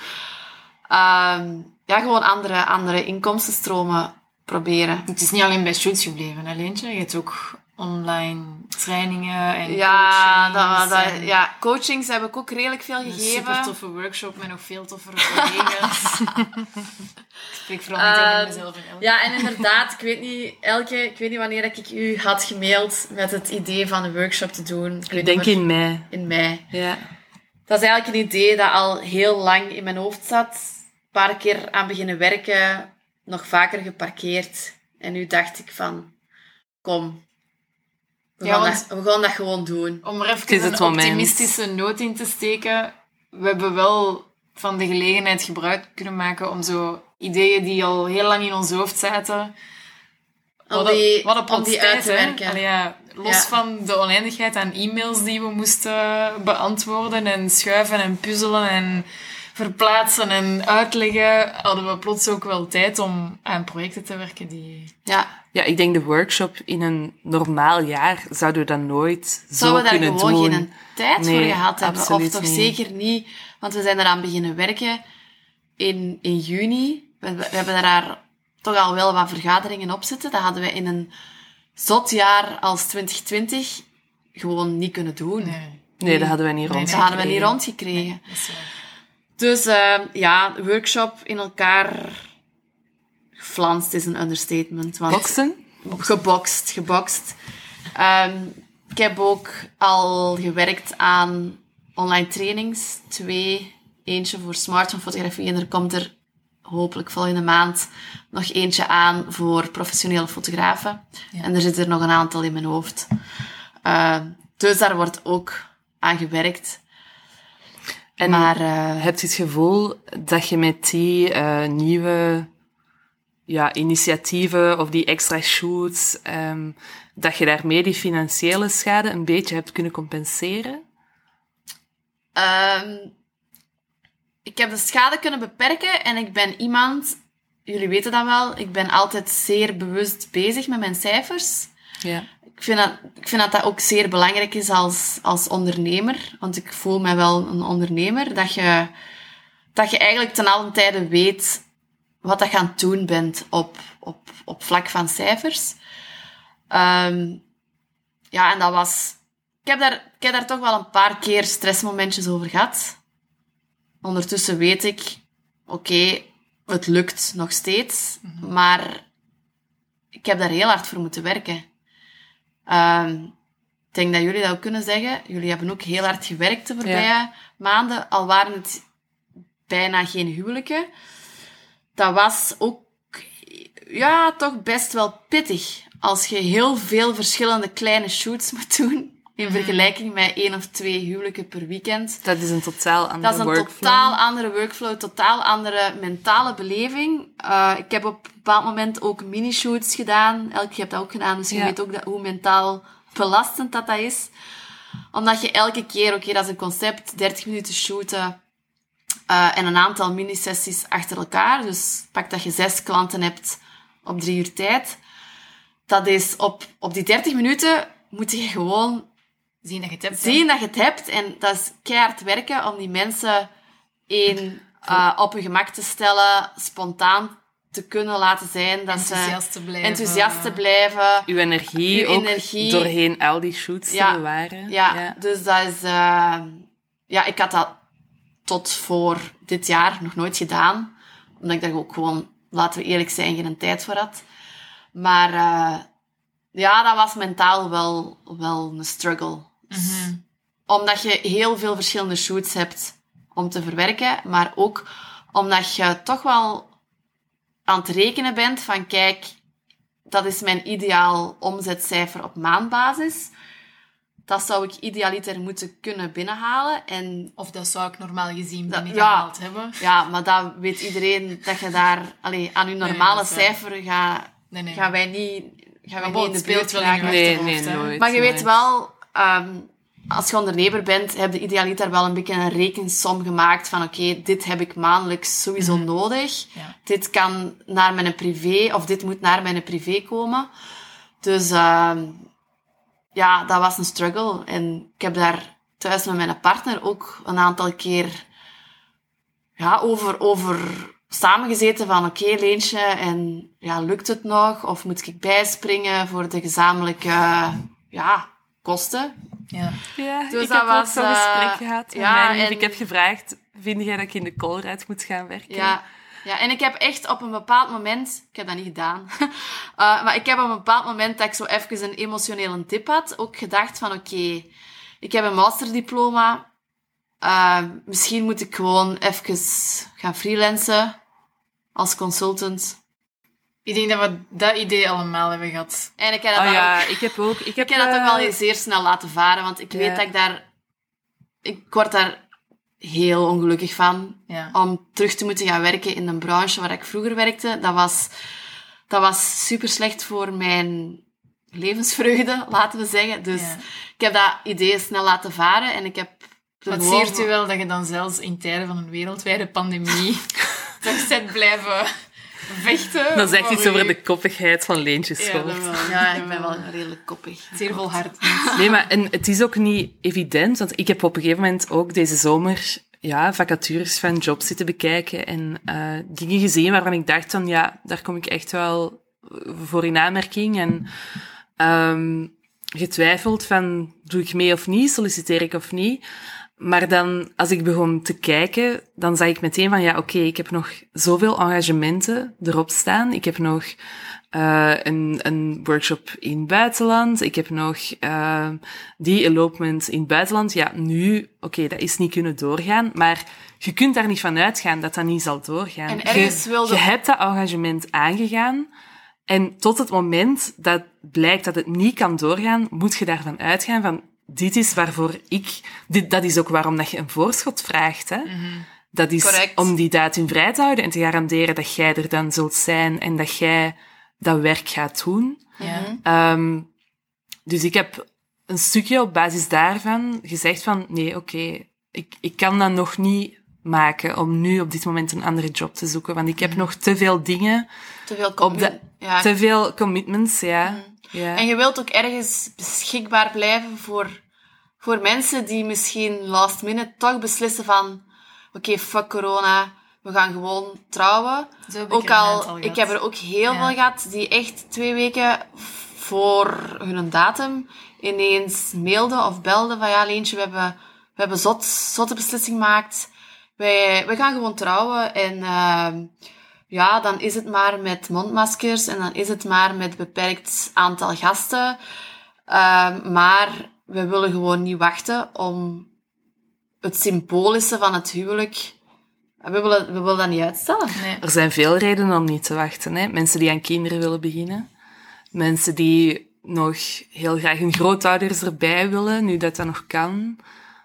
Um, ja, gewoon andere, andere inkomstenstromen proberen. Het is niet alleen bij shoots gebleven, hè, Leentje? Je hebt ook online trainingen en ja, coachings. Dat, dat, en ja, coachings heb ik ook redelijk veel gegeven. Een super toffe workshop met nog veel toffere collega's. Ik spreek vooral niet over mezelf en Elke. Ja, en inderdaad, ik weet niet, Elke, ik weet niet wanneer ik u had gemaild met het idee van een workshop te doen. Ik, ik denk in mei. In mei. Ja. Dat is eigenlijk een idee dat al heel lang in mijn hoofd zat. Een paar keer aan beginnen werken, nog vaker geparkeerd. En nu dacht ik van, kom, we, ja, gaan, dat, we gaan dat gewoon doen. Om er even een moment. optimistische noot in te steken. We hebben wel van de gelegenheid gebruik kunnen maken om zo ideeën die al heel lang in ons hoofd zaten, om die, wat een om die uit te werken. Allee, ja, los ja. van de oneindigheid aan e-mails die we moesten beantwoorden en schuiven en puzzelen en verplaatsen en uitleggen, hadden we plots ook wel tijd om aan projecten te werken die... Ja. Ja, ik denk de workshop in een normaal jaar zouden we dat nooit zo Zouden kunnen doen. Zouden we daar gewoon geen tijd nee, voor gehad hebben? Of toch niet. zeker niet? Want we zijn eraan beginnen werken in, in juni. We, we hebben daar toch al wel wat vergaderingen op zitten. Dat hadden we in een zot jaar als twintig twintig gewoon niet kunnen doen. Nee, nee dat hadden we niet rondgekregen. Dat hadden we niet rondgekregen. Nee, dat is waar. Dus uh, ja, workshop in elkaar geflanst is een understatement. Want Boksen? Gebokst, gebokst. Um, ik heb ook al gewerkt aan online trainings. Twee. Eentje voor smartphone-fotografie en er komt er hopelijk volgende maand nog eentje aan voor professionele fotografen. Ja. En er zit er nog een aantal in mijn hoofd. Uh, dus daar wordt ook aan gewerkt. En maar, uh, heb je het gevoel dat je met die uh, nieuwe ja, initiatieven of die extra shoots, um, dat je daarmee die financiële schade een beetje hebt kunnen compenseren? Um, ik heb de schade kunnen beperken en ik ben iemand, jullie weten dat wel, ik ben altijd zeer bewust bezig met mijn cijfers. Ja. Ik vind, dat, ik vind dat dat ook zeer belangrijk is als, als ondernemer. Want ik voel mij wel een ondernemer. Dat je, dat je eigenlijk ten allen tijde weet wat dat je aan het doen bent op, op, op vlak van cijfers. Um, ja, en dat was... Ik heb, daar, ik heb daar toch wel een paar keer stressmomentjes over gehad. Ondertussen weet ik... Oké, okay, het lukt nog steeds. Mm-hmm. Maar ik heb daar heel hard voor moeten werken. Um, ik denk dat jullie dat ook kunnen zeggen. Jullie hebben ook heel hard gewerkt de voorbije ja. maanden. Al waren het bijna geen huwelijken. Dat was ook ja, toch best wel pittig. Als je heel veel verschillende kleine shoots moet doen. In vergelijking met één of twee huwelijken per weekend. Dat is een totaal andere workflow. Dat is een workflow. totaal andere workflow. Totaal andere mentale beleving. Uh, ik heb op een bepaald moment ook mini-shoots gedaan. Elke hebt dat ook gedaan. Dus je ja. weet ook dat, hoe mentaal belastend dat, dat is. Omdat je elke keer... Oké, okay, dat is een concept. dertig minuten shooten. Uh, en een aantal mini-sessies achter elkaar. Dus pak dat je zes klanten hebt op drie uur tijd. Dat is op, op die dertig minuten moet je gewoon Zien dat je het hebt. Zien dat je het hebt. En dat is keihard werken om die mensen één, uh, op hun gemak te stellen, spontaan te kunnen laten zijn. Dat enthousiast ze te blijven. enthousiast te blijven. Uw energie Uw ook energie. doorheen al die shoots Ja. te bewaren. Ja, Ja. dus dat is... Uh, ja, ik had dat tot voor dit jaar nog nooit gedaan. Omdat ik daar ook gewoon, laten we eerlijk zijn, geen tijd voor had. Maar uh, ja, dat was mentaal wel, wel een struggle. Mm-hmm. Omdat je heel veel verschillende shoots hebt om te verwerken, maar ook omdat je toch wel aan het rekenen bent van, kijk, dat is mijn ideaal omzetcijfer op maandbasis. Dat zou ik idealiter moeten kunnen binnenhalen. En Of dat zou ik normaal gezien Dat- binnengehaald hebben. ja, maar dat weet iedereen, dat je daar... Allee, aan je nee, normale dat is waar. cijfer ga, Nee, nee. gaan wij niet, gaan wij Maar niet in het de speelt buurt wel in je geraken. Nee, achterhoofd, nee, hè. nooit. Maar je weet nooit. wel, um, als je ondernemer bent, heb je idealiter wel een beetje een rekensom gemaakt van oké, okay, dit heb ik maandelijks sowieso Mm-hmm. nodig. Ja. Dit kan naar mijn privé, of dit moet naar mijn privé komen. Dus um, ja, dat was een struggle. En ik heb daar thuis met mijn partner ook een aantal keer ja, over, over samengezeten van oké, okay, Leentje, en ja, lukt het nog? Of moet ik bijspringen voor de gezamenlijke ja, kosten? Ja. Ja, Dus ik dat heb was, ook zo'n uh, gesprek gehad met ja, mijn lief. en- Ik heb gevraagd, vind jij dat ik in de Colruyt moet gaan werken? Ja, ja, en ik heb echt op een bepaald moment... Ik heb dat niet gedaan. uh, maar ik heb op een bepaald moment dat ik zo even een emotionele dip had, ook gedacht van oké, okay, ik heb een masterdiploma. Uh, misschien moet ik gewoon even gaan freelancen als consultant. Ik denk dat we dat idee allemaal hebben gehad. En ik heb dat, Oh dan ja, ook, ik heb ook... Ik heb, ik heb dat eh, ook wel zeer snel laten varen, want ik Ja. weet dat ik daar... Ik word daar heel ongelukkig van. Ja. Om terug te moeten gaan werken in een branche waar ik vroeger werkte. Dat was, dat was super slecht voor mijn levensvreugde, laten we zeggen. Dus Ja. ik heb dat idee snel laten varen en ik heb... er Wat gewoon zeert u wel dat je dan zelfs in tijden van een wereldwijde pandemie toch bent blijven vechten? Dan zegt voor iets over u. de koppigheid van Leentje Ja, Scholt. dat wel. Ja, ik ben wel redelijk koppig. Zeer volhard. Nee, maar en het is ook niet evident, want ik heb op een gegeven moment ook deze zomer ja, vacatures van jobs zitten bekijken en uh, dingen gezien waarvan ik dacht van, ja, daar kom ik echt wel voor in aanmerking. En um, getwijfeld van, doe ik mee of niet, solliciteer ik of niet. Maar dan, als ik begon te kijken, dan zag ik meteen van, ja, oké, okay, ik heb nog zoveel engagementen erop staan. Ik heb nog uh, een, een workshop in het buitenland. Ik heb nog uh, die elopement in het buitenland. Ja, nu, oké, okay, dat is niet kunnen doorgaan. Maar je kunt daar niet van uitgaan dat dat niet zal doorgaan. En ergens je, wilde... je hebt dat engagement aangegaan. En tot het moment dat blijkt dat het niet kan doorgaan, moet je daarvan uitgaan van, dit is waarvoor ik... Dit, dat is ook waarom dat je een voorschot vraagt. Hè? Mm-hmm. Dat is Correct. om die datum vrij te houden en te garanderen dat jij er dan zult zijn en dat jij dat werk gaat doen. Ja. Um, dus ik heb een stukje op basis daarvan gezegd van, nee, oké, okay, ik, ik kan dat nog niet maken om nu op dit moment een andere job te zoeken, want ik heb nog te veel dingen, Te veel op commi- de, ja. te veel commitments, ja. Mm. ja. En je wilt ook ergens beschikbaar blijven voor, voor mensen die misschien last minute toch beslissen van oké, okay, fuck corona, we gaan gewoon trouwen. Zo heb ik Ook er een al, aantal ik gehad. heb er ook heel Ja. veel gehad die echt twee weken voor hun datum ineens mailden of belden van ja, Leentje, we hebben, we hebben zot, zotte beslissing gemaakt. Wij, wij gaan gewoon trouwen en uh, ja, dan is het maar met mondmaskers en dan is het maar met beperkt aantal gasten. Uh, maar we willen gewoon niet wachten om het symbolische van het huwelijk... We willen, we willen dat niet uitstellen. Nee. Er zijn veel redenen om niet te wachten. Hè? Mensen die aan kinderen willen beginnen. Mensen die nog heel graag hun grootouders erbij willen, nu dat dat nog kan.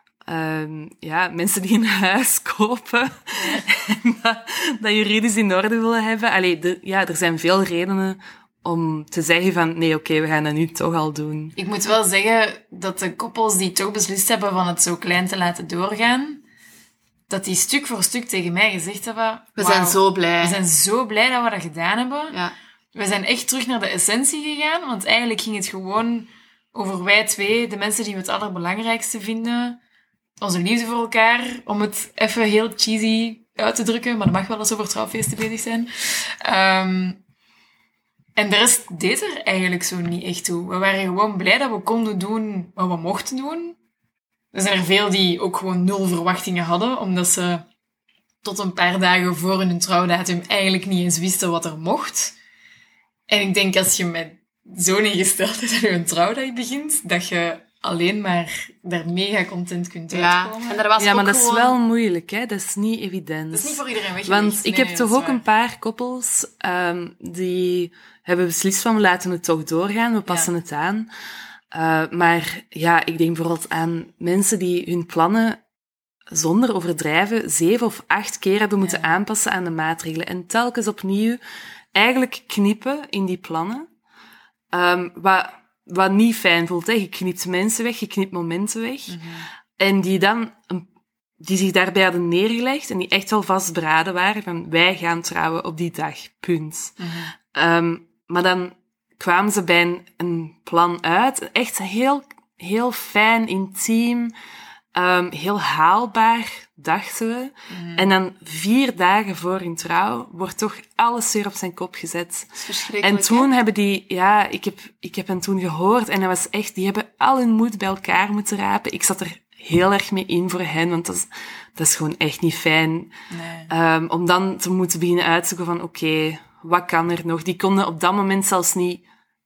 Um, ja, mensen die een huis kopen en dat, dat juridisch in orde willen hebben. Allee, de, ja, er zijn veel redenen om te zeggen van, nee, oké, okay, we gaan dat nu toch al doen. Ik moet wel zeggen dat de koppels die toch beslist hebben van het zo klein te laten doorgaan, dat die stuk voor stuk tegen mij gezegd hebben... We wauw, zijn zo blij. We zijn zo blij dat we dat gedaan hebben. Ja. We zijn echt terug naar de essentie gegaan, want eigenlijk ging het gewoon over wij twee, de mensen die we het allerbelangrijkste vinden, onze liefde voor elkaar, om het even heel cheesy uit te drukken, maar dat mag wel eens over trouwfeesten bezig zijn. Um, en de rest deed er eigenlijk zo niet echt toe. We waren gewoon blij dat we konden doen wat we mochten doen. Er zijn er veel die ook gewoon nul verwachtingen hadden, omdat ze tot een paar dagen voor hun trouwdatum eigenlijk niet eens wisten wat er mocht. En ik denk als je met zo'n ingesteldheid aan je trouwdag begint, dat je alleen maar daar mega content kunt Ja, uitkomen. en er was Ja, ook maar dat is gewoon... wel moeilijk, hè. Dat is niet evident. Dat is niet voor iedereen weggelegd. Want ik Nee, heb nee, toch dat is ook waar. een paar koppels um, die hebben beslist van we laten het toch doorgaan, we passen Ja. het aan. Uh, maar ja, ik denk bijvoorbeeld aan mensen die hun plannen zonder overdrijven zeven of acht keer hebben moeten Ja. aanpassen aan de maatregelen. En telkens opnieuw eigenlijk knippen in die plannen. Um, wat, wat niet fijn voelt, hè. Je knipt mensen weg, je knipt momenten weg. Mhm. En die dan, een- die zich daarbij hadden neergelegd en die echt wel vastberaden waren van wij gaan trouwen op die dag, punt. Mhm. Um, maar dan kwamen ze bij een, een plan uit, echt heel, heel fijn, intiem, um, heel haalbaar, dachten we. Mhm. En dan vier dagen voor hun trouw wordt toch alles weer op zijn kop gezet. Dat is verschrikkelijk, En toen hè? hebben die, ja, ik heb, ik heb hen toen gehoord en dat was echt, die hebben al hun moed bij elkaar moeten rapen. Ik zat er heel erg mee in voor hen, want dat is, dat is gewoon echt niet fijn. Nee. Um, om dan te moeten beginnen uitzoeken van, oké, okay, wat kan er nog? Die konden op dat moment zelfs niet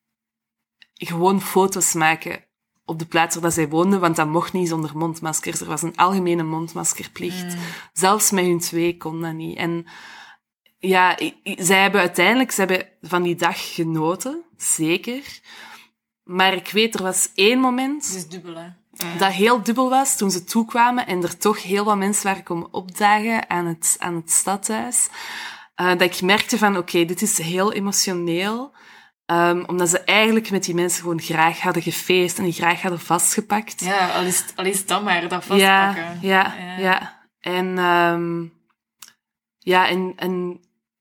gewoon foto's maken op de plaats waar zij woonden, want dat mocht niet zonder mondmaskers. Er was een algemene mondmaskerplicht. Mm. Zelfs met hun twee kon dat niet. En ja, i- i- zij hebben uiteindelijk ze hebben van die dag genoten, zeker. Maar ik weet, er was één moment Het is dubbel, hè. Ja. dat heel dubbel was toen ze toekwamen en er toch heel wat mensen waren komen opdagen aan het, aan het stadhuis. Uh, dat ik merkte van, oké, okay, dit is heel emotioneel. Um, omdat ze eigenlijk met die mensen gewoon graag hadden gefeest en die graag hadden vastgepakt. Ja, al is, al is dat maar, dat Ja, vastpakken. ja, Ja. ja. En, um, ja, en, en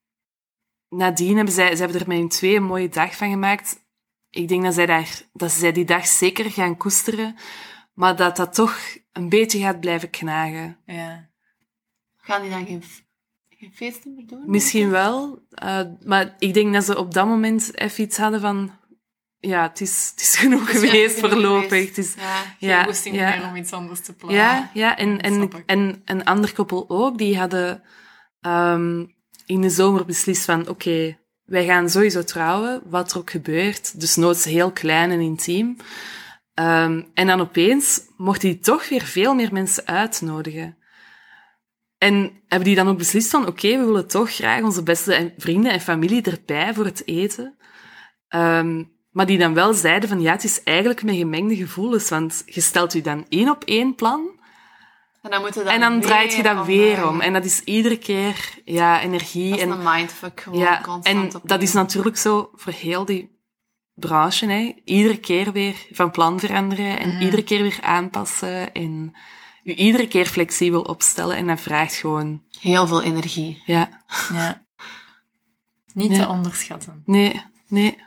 nadien hebben zij, ze hebben er met hun twee een mooie dag van gemaakt. Ik denk dat zij, daar, dat zij die dag zeker gaan koesteren, maar dat dat toch een beetje gaat blijven knagen. Ja. Gaan die dan geen, geen feesten meer doen? Misschien wel, uh, maar ik denk dat ze op dat moment even iets hadden van... Ja, het is, het is genoeg Het is geweest genoeg voorlopig. geweest. Het is, Ja. Geen ja, goesting ja. meer om iets anders te plannen. Ja, ja. En, Dat en, snap ik. en een ander koppel ook, die hadden um, in de zomer beslist van, oké, okay, wij gaan sowieso trouwen, wat er ook gebeurt. Dus noods heel klein en intiem. Um, en dan opeens mochten die toch weer veel meer mensen uitnodigen. En hebben die dan ook beslist van, oké, okay, we willen toch graag onze beste en vrienden en familie erbij voor het eten. Um, maar die dan wel zeiden van, ja, het is eigenlijk met gemengde gevoelens, want je stelt je dan één op één plan, En dan, moeten we dat en dan weer draait je dat weer omdraaien. om. En dat is iedere keer, ja, energie. Dat is en, een mindfuck, gewoon ja, constant en opnieuw. dat is natuurlijk zo voor heel die branche, hè. Iedere keer weer van plan veranderen en Mhm. iedere keer weer aanpassen en je iedere keer flexibel opstellen. En dat vraagt gewoon, Heel veel energie. ja, Ja. Niet Ja. te onderschatten. nee, nee.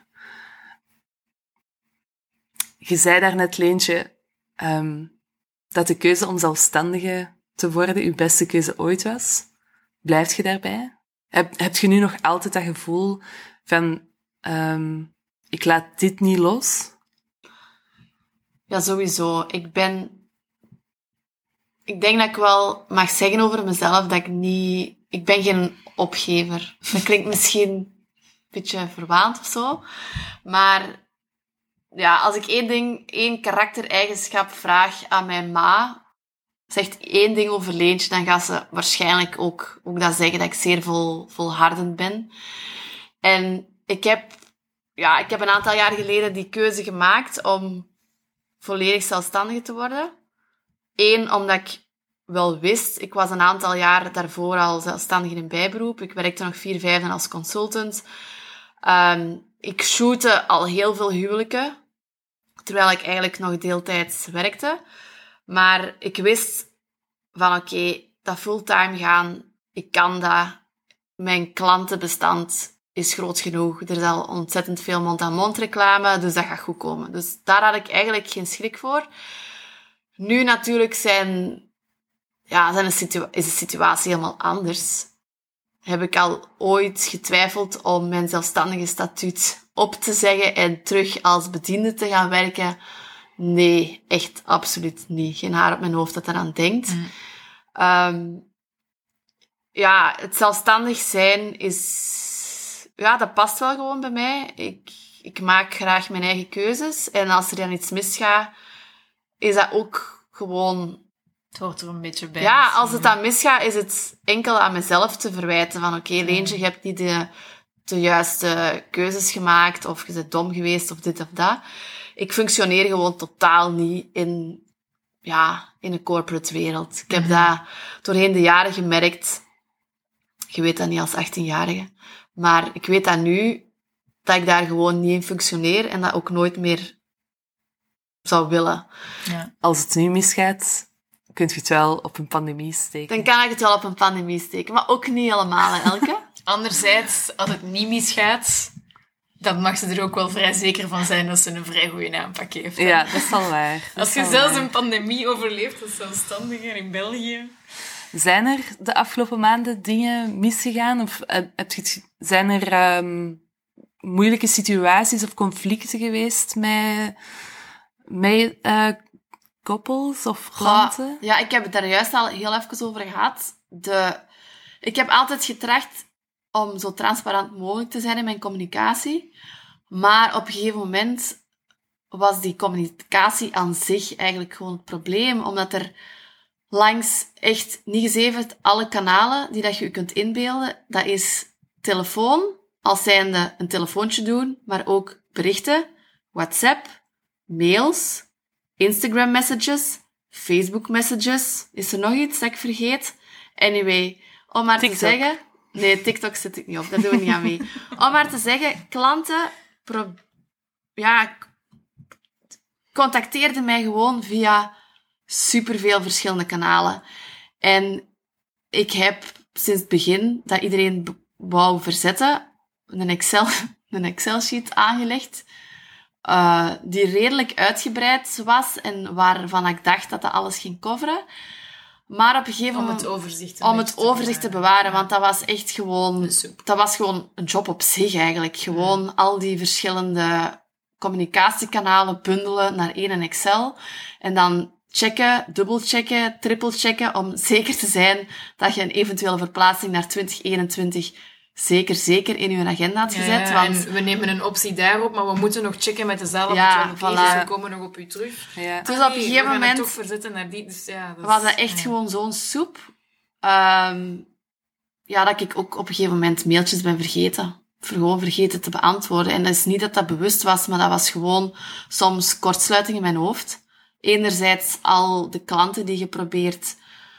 Je zei daarnet, Leentje, um, dat de keuze om zelfstandige te worden uw beste keuze ooit was. Blijft je daarbij? Heb, heb je nu nog altijd dat gevoel van, um, ik laat dit niet los? Ja, sowieso. Ik ben... Ik denk dat ik wel mag zeggen over mezelf dat ik niet... Ik ben geen opgever. Dat klinkt misschien een beetje verwaand of zo. Maar ja, als ik één ding, één karaktereigenschap vraag aan mijn ma, zegt één ding over Leentje, dan gaat ze waarschijnlijk ook, ook dat zeggen, dat ik zeer vol, volhardend ben. En ik heb, ja, ik heb een aantal jaar geleden die keuze gemaakt om volledig zelfstandige te worden. Eén, omdat ik wel wist, ik was een aantal jaar daarvoor al zelfstandig in een bijberoep. Ik werkte nog vier vijfden als consultant. Um, ik shootte al heel veel huwelijken, terwijl ik eigenlijk nog deeltijds werkte. Maar ik wist van oké, okay, dat fulltime gaan, ik kan dat. Mijn klantenbestand is groot genoeg. Er is al ontzettend veel mond-aan-mond reclame, dus dat gaat goed komen. Dus daar had ik eigenlijk geen schrik voor. Nu natuurlijk zijn, ja, zijn de situa- is de situatie helemaal anders. Heb ik al ooit getwijfeld om mijn zelfstandige statuut op te zeggen en terug als bediende te gaan werken? Nee, echt absoluut niet. Geen haar op mijn hoofd dat eraan denkt. Mm. Um, ja, het zelfstandig zijn is... Ja, dat past wel gewoon bij mij. Ik, ik maak graag mijn eigen keuzes. En als er dan iets misgaat, is dat ook gewoon... Het hoort er een beetje bij. Ja, als het dan misgaat, is het enkel aan mezelf te verwijten. Van oké, okay, Leentje, je hebt niet de, de juiste keuzes gemaakt. Of je bent dom geweest, of dit of dat. Ik functioneer gewoon totaal niet in, ja, in een corporate wereld. Ik heb mm-hmm. dat doorheen de jaren gemerkt. Je weet dat niet als achttienjarige. Maar ik weet dat nu, dat ik daar gewoon niet in functioneer. En dat ook nooit meer zou willen. Ja. Als het nu misgaat, kun je het wel op een pandemie steken. Dan kan ik het wel op een pandemie steken. Maar ook niet helemaal, hè, Elke. Anderzijds, als het niet misgaat... dan mag ze er ook wel vrij zeker van zijn dat ze een vrij goede aanpak heeft. Ja, dat is al waar. Dat Als je zelfs waar. een pandemie overleeft als zelfstandige in België... Zijn er de afgelopen maanden dingen misgegaan? Of heb je, zijn er um, moeilijke situaties of conflicten geweest met, met uh, koppels of klanten? Ja, ja, ik heb het daar juist al heel even over gehad. De, ik heb altijd getracht om zo transparant mogelijk te zijn in mijn communicatie. Maar op een gegeven moment was die communicatie aan zich eigenlijk gewoon het probleem. Omdat er langs echt niet gezeverd alle kanalen die dat je je kunt inbeelden. Dat is telefoon, als zijnde een telefoontje doen, maar ook berichten, WhatsApp, mails, Instagram messages, Facebook messages. Is er nog iets dat ik vergeet? Anyway, om maar TikTok. te zeggen... Nee, TikTok zit ik niet op. Daar doen we niet aan mee. Om maar te zeggen, klanten pro- ja, contacteerden mij gewoon via superveel verschillende kanalen. En ik heb sinds het begin dat iedereen b- wou verzetten, een Excel, een Excel-sheet aangelegd, uh, die redelijk uitgebreid was en waarvan ik dacht dat dat alles ging coveren. Maar op een gegeven moment... Om het overzicht te, om het overzicht te bewaren, ja. Want dat was echt gewoon... Dat was gewoon een job op zich eigenlijk. Gewoon ja. al die verschillende communicatiekanalen bundelen naar één Excel. En dan checken, dubbelchecken, trippelchecken, om zeker te zijn dat je een eventuele verplaatsing naar twintig eenentwintig zeker, zeker in je agenda had gezet. Ja, want... en we nemen een optie daarop, maar we moeten nog checken met dezelfde. Ja, voilà. We komen nog op u terug. Ja. Dus op een gegeven we moment... toch verzetten naar die, dus ja, dat was dat is, echt ja. gewoon zo'n soep. Um, ja, dat ik ook op een gegeven moment mailtjes ben vergeten. Gewoon vergeten te beantwoorden. En dat is niet dat dat bewust was, maar dat was gewoon soms kortsluiting in mijn hoofd. Enerzijds al de klanten die geprobeerd...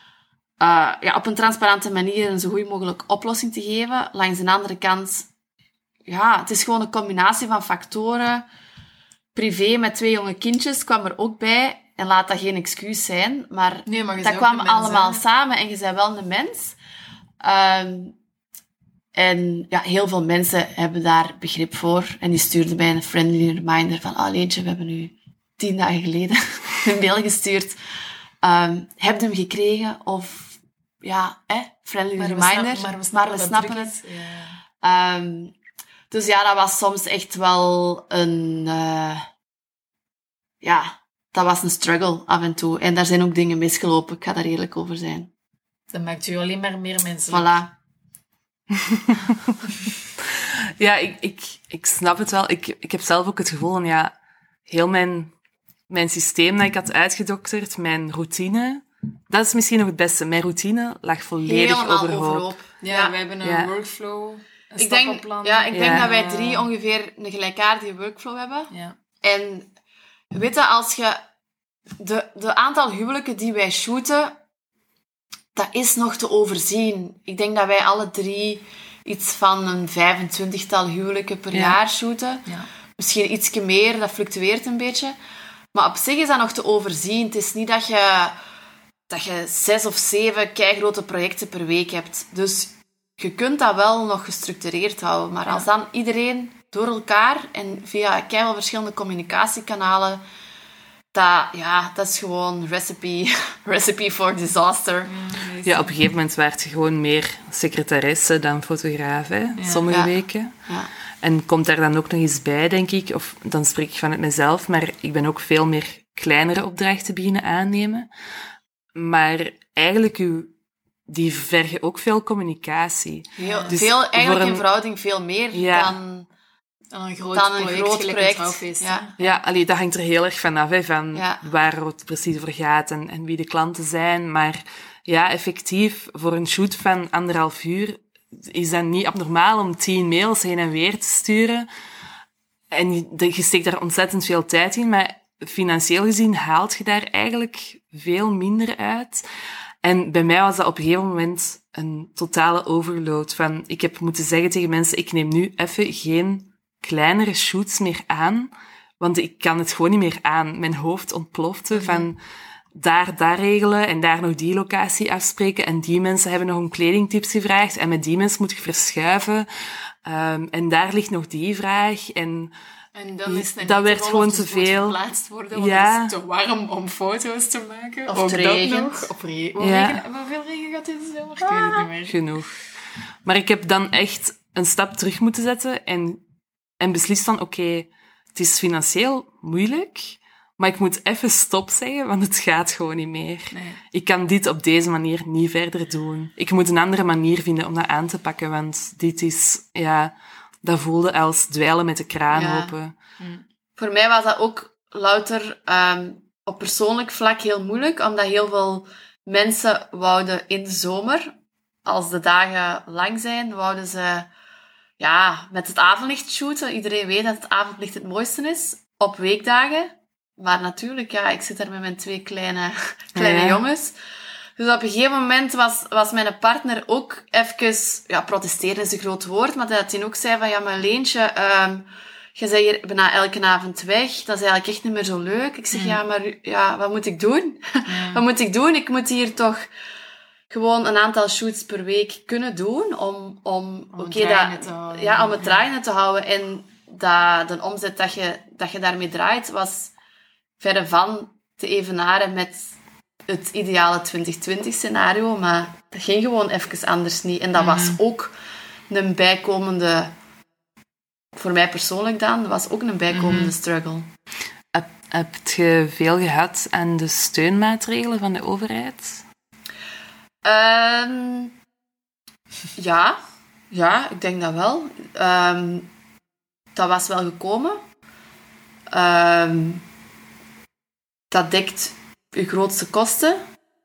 Uh, ja, op een transparante manier een zo goed mogelijk oplossing te geven. Langs de andere kant, ja, het is gewoon een combinatie van factoren. Privé met twee jonge kindjes kwam er ook bij. En laat dat geen excuus zijn, maar, nee, maar dat kwam allemaal hè? samen en je bent wel een mens. Um, en ja, heel veel mensen hebben daar begrip voor. En die stuurden mij een friendly reminder van, ah, Leentje, we hebben nu tien dagen geleden een mail gestuurd. Um, heb je hem gekregen? Of ja, eh, friendly maar reminder. We snap, maar we snappen, maar we snappen het. Ja. Um, dus ja, dat was soms echt wel een... Uh, ja, dat was een struggle af en toe. En daar zijn ook dingen misgelopen. Ik ga daar eerlijk over zijn. Dat maakt u alleen maar meer mensen. Voilà. Ja, ik, ik, ik snap het wel. Ik, ik heb zelf ook het gevoel van, ja, heel mijn... Mijn systeem dat ik had uitgedokterd, mijn routine, dat is misschien nog het beste. Mijn routine lag volledig Helemaal overhoop. overhoop. Ja, ja, wij hebben een ja. workflow, een ik denk, ja, ik denk ja. dat wij drie ongeveer een gelijkaardige workflow hebben. Ja. En weet je, als je... De, de aantal huwelijken die wij shooten, dat is nog te overzien. Ik denk dat wij alle drie iets van een vijfentwintigtal huwelijken per ja. jaar shooten. Ja. Misschien ietsje meer, dat fluctueert een beetje. Maar op zich is dat nog te overzien. Het is niet dat je, dat je zes of zeven keigrote projecten per week hebt. Dus je kunt dat wel nog gestructureerd houden. Maar als dan iedereen door elkaar en via keiveel verschillende communicatiekanalen, dat, ja, dat is gewoon recipe, recipe for disaster. Ja, op een gegeven moment werd je gewoon meer secretaresse dan fotograaf, hè? Ja. Sommige Ja. weken. Ja. En komt daar dan ook nog eens bij, denk ik, of dan spreek ik vanuit mezelf, maar ik ben ook veel meer kleinere opdrachten beginnen aannemen. Maar eigenlijk, uw, die vergen ook veel communicatie. Heel, Dus veel, eigenlijk voor een- in verhouding veel meer Ja. dan... Dan een groot Dan een project, groot gelijk project, een trouwfeest. ja. Ja, allee, dat hangt er heel erg van af, hè, van Ja. waar het precies over gaat en, en wie de klanten zijn. Maar ja, effectief, voor een shoot van anderhalf uur is dat niet abnormaal om tien mails heen en weer te sturen. En je, je steekt daar ontzettend veel tijd in, maar financieel gezien haalt je daar eigenlijk veel minder uit. En bij mij was dat op een gegeven moment een totale overload. Van, ik heb moeten zeggen tegen mensen, ik neem nu even geen kleinere shoots meer aan, want ik kan het gewoon niet meer aan. Mijn hoofd ontplofte van daar, daar regelen en daar nog die locatie afspreken en die mensen hebben nog om kledingtips gevraagd en met die mensen moet je verschuiven. Um, en daar ligt nog die vraag en... En dan is het Dat niet werd te gewoon of te het moet veel. geplaatst worden, want Ja. het is te warm om foto's te maken. Of Ook het dat regent. nog. Of re- Ja. regen. Hoeveel regen gaat dit zomer? Ik weet het niet meer. Genoeg. Maar ik heb dan echt een stap terug moeten zetten en, en beslist van, oké, okay, het is financieel moeilijk, maar ik moet even stop zeggen, want het gaat gewoon niet meer. Nee. Ik kan dit op deze manier niet verder doen. Ik moet een andere manier vinden om dat aan te pakken, want dit is, ja, dat voelde als dweilen met de kraan Ja. open. Voor mij was dat ook louter um, op persoonlijk vlak heel moeilijk, omdat heel veel mensen wouden in de zomer, als de dagen lang zijn, wouden ze ja, met het avondlicht shooten. Iedereen weet dat het avondlicht het mooiste is, op weekdagen. Maar natuurlijk, ja, ik zit daar met mijn twee kleine, kleine Ja. jongens. Dus op een gegeven moment was, was mijn partner ook even... Ja, protesteren is een groot woord, maar dat hij ook zei van... Ja, maar Leentje, um, je bent hier bijna elke avond weg. Dat is eigenlijk echt niet meer zo leuk. Ik zeg, Mm. ja, maar ja, wat moet ik doen? Ja. Wat moet ik doen? Ik moet hier toch gewoon een aantal shoots per week kunnen doen. Om, om, Om het oké, draaiende dat, te houden. ja, om het Ja. draaiende te houden. En dat, de omzet dat je, dat je daarmee draait, was verre van te evenaren met het ideale twintig twintig scenario. Maar dat ging gewoon even anders niet. En dat Mhm. was ook een bijkomende... Voor mij persoonlijk dan, dat was ook een bijkomende Mhm. struggle. Heb, heb je veel gehad aan de steunmaatregelen van de overheid? Ehm ja, ja, ik denk dat wel. Ehm dat was wel gekomen. Ehm dat dekt je grootste kosten.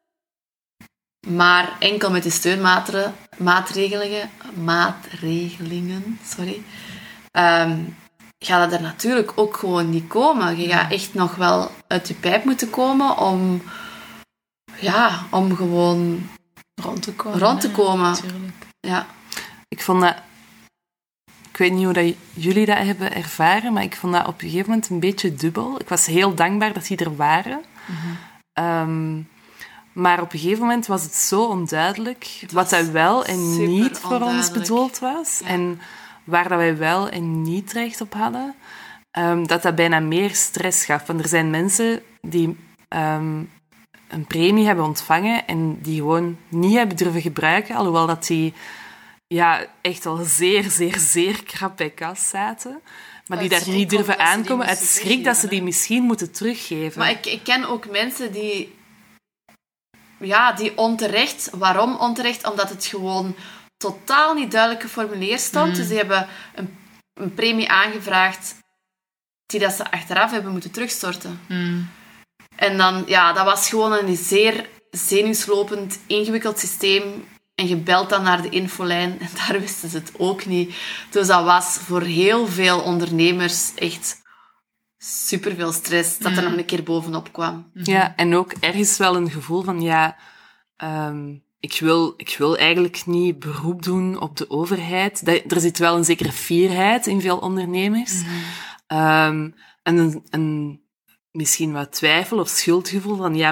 Maar enkel met die steunmaatregelingen, maatregelingen, sorry, um, gaat dat er natuurlijk ook gewoon niet komen. Je gaat echt nog wel uit je pijp moeten komen om, ja, om gewoon Rond te komen. rond te hè. komen. Natuurlijk. Ja. Ik vond dat... Ik weet niet hoe dat jullie dat hebben ervaren, maar ik vond dat op een gegeven moment een beetje dubbel. Ik was heel dankbaar dat die er waren. Um, maar op een gegeven moment was het zo onduidelijk wat dat wel en super niet voor ons onduidelijk. bedoeld was. Ja. En waar dat wij wel en niet recht op hadden. Um, dat dat bijna meer stress gaf. Want er zijn mensen die um, een premie hebben ontvangen en die gewoon niet hebben durven gebruiken, alhoewel dat die ja, echt wel zeer, zeer, zeer krap bij kas zaten. Maar die Uit daar schrik niet durven omdat ze die aankomen, uit moesten schrik dat ze die teruggeven, misschien moeten teruggeven. Maar ik, ik ken ook mensen die... Ja, die onterecht... Waarom onterecht? Omdat het gewoon totaal niet duidelijk geformuleerd stond. Dus die hebben een, een premie aangevraagd die dat ze achteraf hebben moeten terugstorten. Mm. En dan, ja, dat was gewoon een zeer zenuwslopend, ingewikkeld systeem. En je belt dan naar de infolijn en daar wisten ze het ook niet. Dus dat was voor heel veel ondernemers echt superveel stress dat er nog een keer bovenop kwam. Ja, en ook ergens wel een gevoel van, ja, um, ik, wil, ik wil eigenlijk niet beroep doen op de overheid. Dat, er zit wel een zekere fierheid in veel ondernemers. Mm-hmm. Um, en een, een, misschien wat twijfel of schuldgevoel van, ja, maar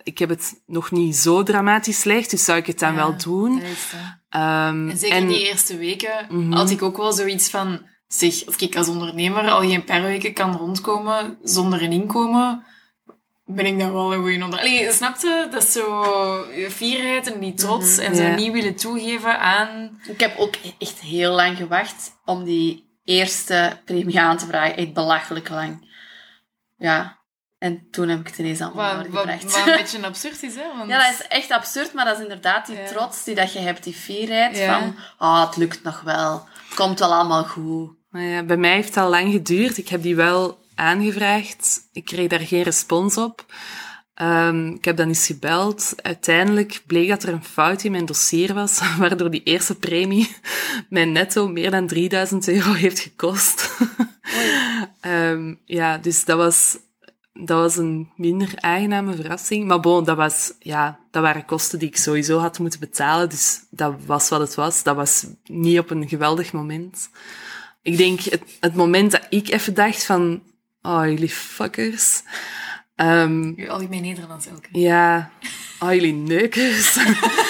ik heb het nog niet zo dramatisch slecht, dus zou ik het dan Ja, wel doen. dat is het. Um, En zeker die eerste weken Mhm. had ik ook wel zoiets van... Zeg, als ik als ondernemer al geen paar weken kan rondkomen zonder een inkomen, ben ik dan wel een goeie onder... Allee, snap je? Dat is zo je fierheid en die trots Mhm. en zo Ja. niet willen toegeven aan... Ik heb ook echt heel lang gewacht om die eerste premie aan te vragen. Echt belachelijk lang. Ja. En toen heb ik het ineens allemaal Wat, wat, doorgebracht. wat een beetje absurd is, hè? Want... Ja, dat is echt absurd, maar dat is inderdaad die Ja. trots die dat je hebt, die fierheid Ja. van, ah, het lukt nog wel. Het komt wel allemaal goed. Nou ja, bij mij heeft het al lang geduurd. Ik heb die wel aangevraagd. Ik kreeg daar geen respons op. Um, ik heb dan eens gebeld. Uiteindelijk bleek dat er een fout in mijn dossier was, waardoor die eerste premie mijn netto meer dan drieduizend euro heeft gekost. um, ja, dus dat was, dat was een minder aangename verrassing. Maar bon, dat was, ja, dat waren kosten die ik sowieso had moeten betalen. Dus dat was wat het was. Dat was niet op een geweldig moment. Ik denk, het, het moment dat ik even dacht van, oh, jullie fuckers. Um, Al mijn Nederlands elke. ja, oh, jullie neukers.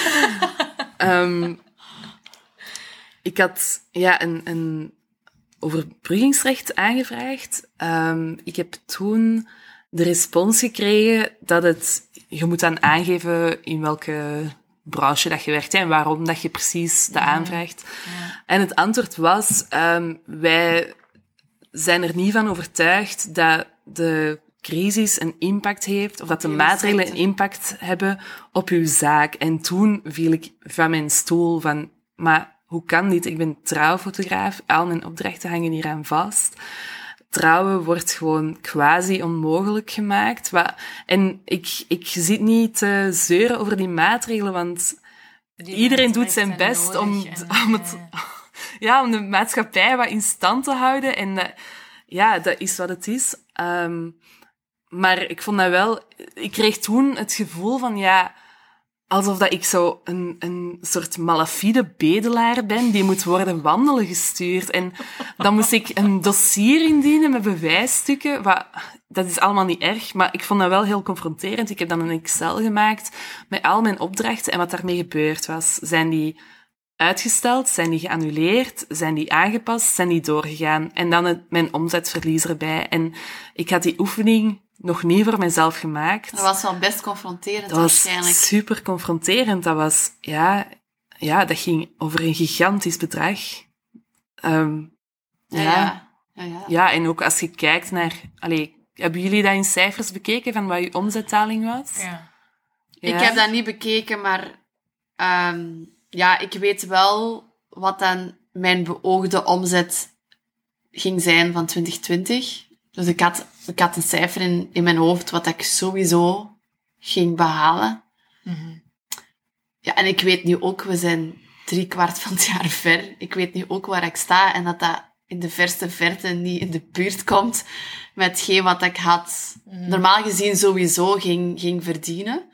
um, ik had ja, een, een overbruggingsrecht aangevraagd. Um, ik heb toen de respons gekregen dat het... Je moet dan aangeven in welke branche dat je werkt en waarom dat je precies dat aanvraagt. Ja. En het antwoord was, um, wij zijn er niet van overtuigd dat de crisis een impact heeft, of dat de jullie maatregelen sector. een impact hebben op uw zaak. En toen viel ik van mijn stoel van, maar hoe kan dit? Ik ben trouwfotograaf, al mijn opdrachten hangen hier aan vast. Trouwen wordt gewoon quasi onmogelijk gemaakt. Wa- En ik, ik zit niet te zeuren over die maatregelen, want Die iedereen doet mensen zijn zijn best om, nodig en- om, het, ja. ja, om de maatschappij wat in stand te houden. En uh, ja, dat is wat het is. Um, maar ik vond dat wel... Ik kreeg toen het gevoel van, ja... Alsof dat ik zo een, een soort malafide bedelaar ben die moet worden wandelen gestuurd. En dan moest ik een dossier indienen met bewijsstukken. Wat, dat is allemaal niet erg, maar ik vond dat wel heel confronterend. Ik heb dan een Excel gemaakt met al mijn opdrachten en wat daarmee gebeurd was. Zijn die uitgesteld? Zijn die geannuleerd? Zijn die aangepast? Zijn die doorgegaan? En dan het, mijn omzetverlies erbij. En ik had die oefening nog niet voor mezelf gemaakt. Dat was wel best confronterend Dat was waarschijnlijk. super confronterend. Dat was, ja, ja, dat ging over een gigantisch bedrag. Um, Ja, ja. ja. ja, ja. Ja, en ook als je kijkt naar... Allee, hebben jullie dat in cijfers bekeken van wat je omzetdaling was? Ja. Ja. Ik heb dat niet bekeken, maar um, ja, ik weet wel wat dan mijn beoogde omzet ging zijn van twintig twintig. Dus ik had, ik had een cijfer in, in mijn hoofd wat ik sowieso ging behalen. Mm-hmm. Ja, en ik weet nu ook, we zijn drie kwart van het jaar ver. Ik weet nu ook waar ik sta en dat dat in de verste verte niet in de buurt komt met hetgeen wat ik had Mm-hmm. normaal gezien sowieso ging, ging verdienen. Um,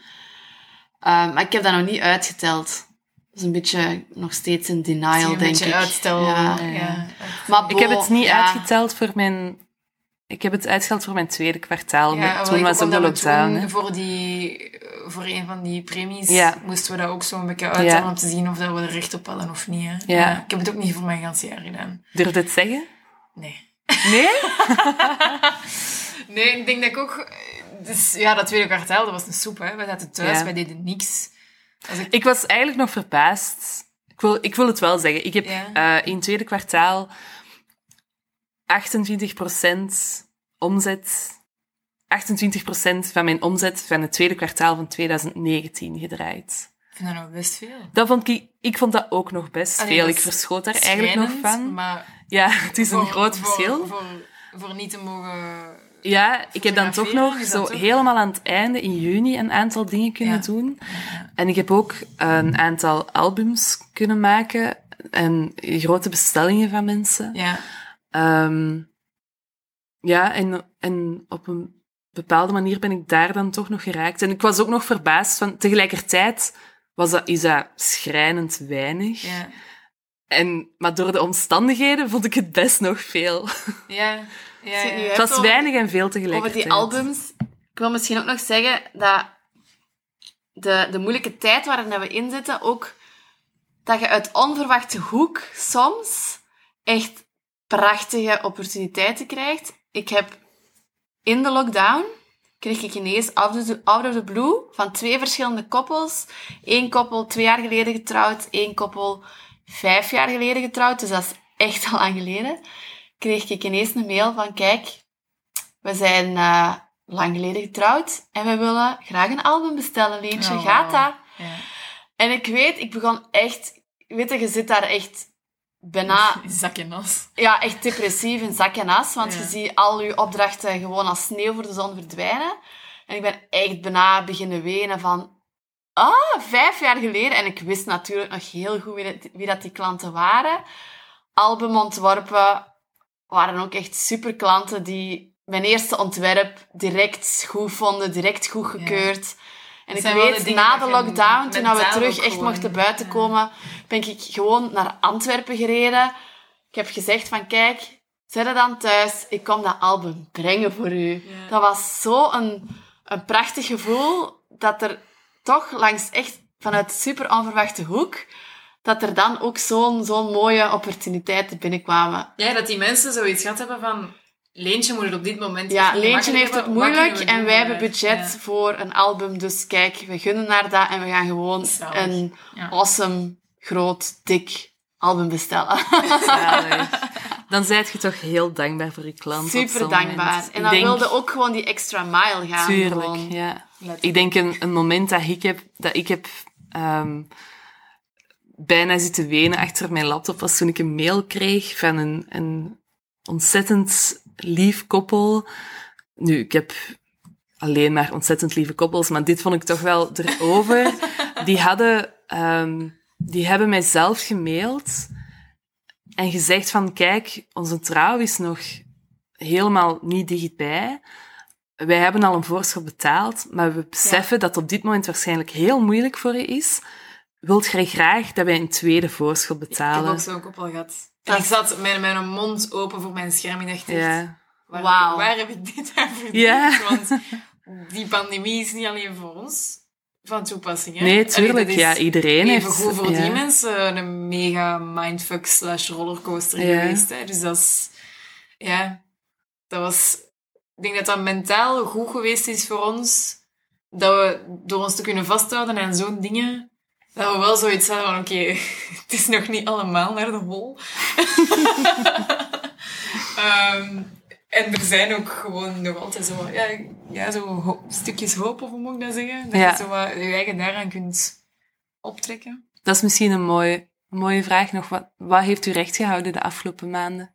maar ik heb dat nog niet uitgeteld. Dat is een beetje nog steeds in denial, Een denk beetje ik. uitstel. Ja. Ja. Ja. Maar Ik heb bon, het niet ja. uitgeteld voor mijn... Ik heb het uitgeteld voor mijn tweede kwartaal. Ja, Toen wel, was ook de omdat we lockdown. toen hè. voor, die, voor een van die premies Ja. moesten we dat ook zo een beetje uithalen Ja. om te zien of dat we er recht op hadden of niet. Hè. Ja. Ik heb het ook niet voor mijn ganse jaar gedaan. Durf je het zeggen? Nee. Nee? Nee, ik denk dat ik ook... Dus ja, dat tweede kwartaal, dat was een soep, hè. We zaten thuis, Ja. wij deden niks. Als ik... Ik was eigenlijk nog verbaasd. Ik wil, ik wil het wel zeggen. Ik heb Ja. uh, in het tweede kwartaal achtentwintig procent omzet... achtentwintig procent van mijn omzet van het tweede kwartaal van twintig negentien gedraaid. Ik vind dat nog best veel. Dat vond ik, ik vond dat ook nog best Allee, veel. dat Ik is verschoot daar eigenlijk nog schrijnend, van. Maar Ja, het is een voor- groot voor- verschil. Voor, voor niet te mogen... Ja, ik heb dan toch fotograferen, nog is zo dat toch? helemaal aan het einde, in juni, een aantal dingen kunnen Ja. doen. En ik heb ook een aantal albums kunnen maken en grote bestellingen van mensen. Ja. Um, ja, en, en op een bepaalde manier ben ik daar dan toch nog geraakt. En ik was ook nog verbaasd van, tegelijkertijd was dat, is dat schrijnend weinig. Ja. En, maar door de omstandigheden vond ik het best nog veel. Ja. Ja, Zit nu ja. uit Het was over- weinig en veel Over tegelijkertijd. die albums, ik wil misschien ook nog zeggen dat de, de moeilijke tijd waarin we in zitten, ook dat je uit onverwachte hoek soms echt prachtige opportuniteiten krijgt. Ik heb in de lockdown, kreeg ik ineens out of the, out of the blue van twee verschillende koppels. Eén koppel twee jaar geleden getrouwd, één koppel vijf jaar geleden getrouwd, dus dat is echt al lang geleden. Kreeg ik ineens een mail van, kijk, we zijn uh, lang geleden getrouwd en we willen graag een album bestellen, Leentje. Oh, Gaat dat? Ja. En ik weet, ik begon echt... Weet je, je zit daar echt bijna... Zak en as. Ja, echt depressief in zak en as, want Ja. je ziet al je opdrachten gewoon als sneeuw voor de zon verdwijnen. En ik ben echt bijna beginnen wenen van... Ah, vijf jaar geleden. En ik wist natuurlijk nog heel goed wie dat, wie dat die klanten waren. Albumontworpen waren ook echt super klanten die mijn eerste ontwerp direct goed vonden, direct goed gekeurd. Ja. En Dat ik zijn wel de weet, dingen na dat de je lockdown, toen we mentaal terug ook echt gewoon- mochten buiten komen, ben ik gewoon naar Antwerpen gereden. Ik heb gezegd van, kijk, zet het dan thuis, ik kom dat album brengen voor u. Ja. Dat was zo een, een prachtig gevoel, dat er toch langs echt vanuit super onverwachte hoek, dat er dan ook zo'n zo'n mooie opportuniteiten binnenkwamen. Ja, dat die mensen zoiets gehad hebben van... Leentje moet het op dit moment Ja, echt niet Leentje makkelijk heeft het hebben. Wat moeilijk kunnen we en doen wij voor hebben haar? budget Ja. voor een album. Dus kijk, we gunnen naar dat en we gaan gewoon Zalig. een Ja. awesome, groot, dik album bestellen. Zalig. Dan zijt je toch heel dankbaar voor je klant. op Super zo'n dankbaar. moment. En Ik dan denk- wilde ook gewoon die extra mile gaan. Tuurlijk, gewoon. ja. Letterlijk. Ik denk een, een moment dat ik heb, dat ik heb um, bijna zitten wenen achter mijn laptop was toen ik een mail kreeg van een, een ontzettend lief koppel. Nu, ik heb alleen maar ontzettend lieve koppels, maar dit vond ik toch wel erover. Die hadden, um, die hebben mij zelf gemaild en gezegd van, kijk, onze trouw is nog helemaal niet dichtbij. Wij hebben al een voorschot betaald, maar we beseffen ja. dat op dit moment waarschijnlijk heel moeilijk voor je is. Wilt jij graag dat wij een tweede voorschot betalen? Ik heb ook zo'n koppel gehad. En ik zat met mijn mond open voor mijn scherm en dacht echt, ja. waar, Wauw. waar heb ik dit aan verdiend? Ja. Want die pandemie is niet alleen voor ons van toepassing. Hè? Nee, tuurlijk. Allee, Ja, iedereen even heeft... goed voor ja. die mensen een mega mindfuck slash rollercoaster Ja. geweest. Hè? Dus dat is... Ja, dat was... Ik denk dat dat mentaal goed geweest is voor ons. Dat we, door ons te kunnen vasthouden aan zo'n dingen, dat we wel zoiets hadden van, oké, okay, het is nog niet allemaal naar de hol. um, en er zijn ook gewoon nog altijd zo, ja, ja, zo ho- stukjes hoop, of hoe moet ik dat zeggen? Dat Ja. je zo wat je eigen daaraan kunt optrekken. Dat is misschien een mooie, een mooie vraag nog. Wat, wat heeft u recht gehouden de afgelopen maanden?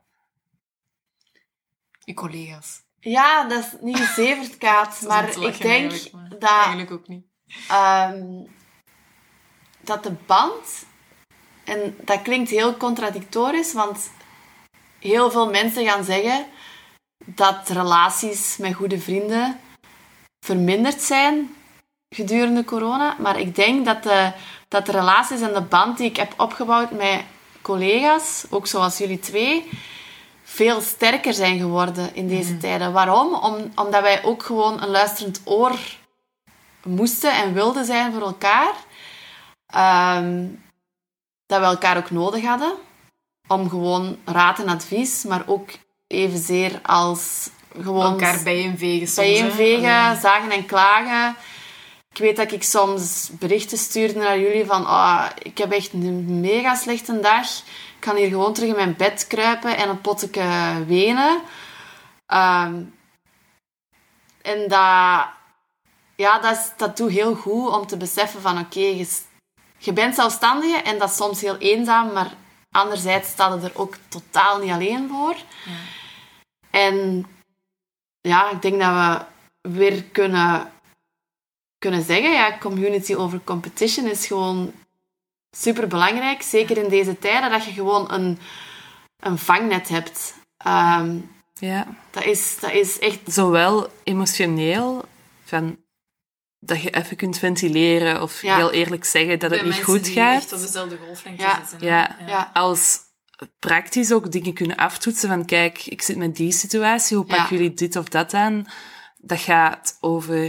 Je collega's. Ja, dat is niet gezeverd, Kaat. Dat is om Maar te ik lachen denk eigenlijk, maar dat... Eigenlijk ook niet. Um, dat de band, en dat klinkt heel contradictorisch, want heel veel mensen gaan zeggen dat relaties met goede vrienden verminderd zijn gedurende corona. Maar ik denk dat de, dat de relaties en de band die ik heb opgebouwd met collega's, ook zoals jullie twee, veel sterker zijn geworden in deze mm. tijden. Waarom? Om, omdat wij ook gewoon een luisterend oor moesten en wilden zijn voor elkaar. Um, dat we elkaar ook nodig hadden. Om gewoon raad en advies, maar ook evenzeer als gewoon... Elkaar bijeenvegen soms. Bijeenvegen, hè? zagen en klagen. Ik weet dat ik soms berichten stuurde naar jullie van oh, ik heb echt een mega slechte dag. Ik kan hier gewoon terug in mijn bed kruipen en een potje wenen. Um, en dat... Ja, dat, is, dat doet heel goed om te beseffen van oké, okay, je, je bent zelfstandige en dat is soms heel eenzaam, maar anderzijds sta je er ook totaal niet alleen voor. Ja. En ja, ik denk dat we weer kunnen, kunnen zeggen, ja, community over competition is gewoon superbelangrijk. Zeker in deze tijden, dat je gewoon een, een vangnet hebt. Um, ja. dat, is, dat is echt... Zowel emotioneel, van... dat je even kunt ventileren of ja. heel eerlijk zeggen dat het Bij niet goed die gaat. echt op dezelfde golflengte Ja. zitten. Ja. Ja. Ja. Als praktisch ook dingen kunnen aftoetsen van kijk, ik zit met die situatie, hoe pakken Ja. jullie dit of dat aan? Dat gaat over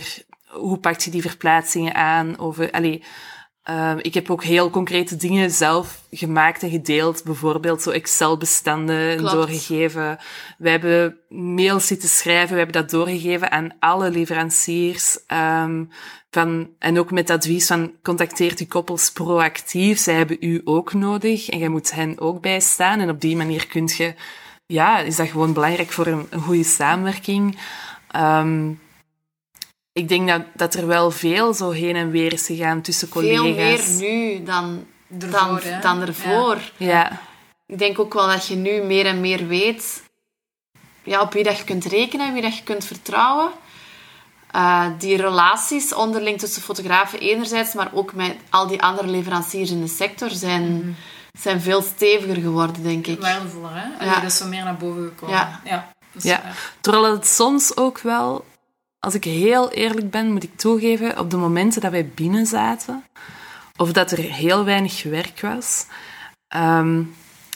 hoe pak je die verplaatsingen aan? Over, allee, uh, ik heb ook heel concrete dingen zelf gemaakt en gedeeld. Bijvoorbeeld zo Excel-bestanden Klopt. doorgegeven. We hebben mails zitten schrijven. We hebben dat doorgegeven aan alle leveranciers. Um, van, en ook met advies van, contacteert uw koppels proactief. Zij hebben u ook nodig. En jij moet hen ook bijstaan. En op die manier kun je... Ja, is dat gewoon belangrijk voor een, een goede samenwerking. Um, ik denk dat, dat er wel veel zo heen en weer is gegaan tussen collega's. Veel meer nu dan Ervoor, dan, hè? dan ervoor. Ja. ja. Ik denk ook wel dat je nu meer en meer weet ja, op wie dat je kunt rekenen en wie dat je kunt vertrouwen. Uh, die relaties onderling tussen fotografen enerzijds, maar ook met al die andere leveranciers in de sector zijn, mm-hmm. zijn veel steviger geworden, denk ik. Waardevoller, hè? Allee, Ja. dat is zo meer naar boven gekomen. Ja. ja, dat is Ja. waar. Terwijl het soms ook wel, als ik heel eerlijk ben, moet ik toegeven, op de momenten dat wij binnen zaten, of dat er heel weinig werk was, um,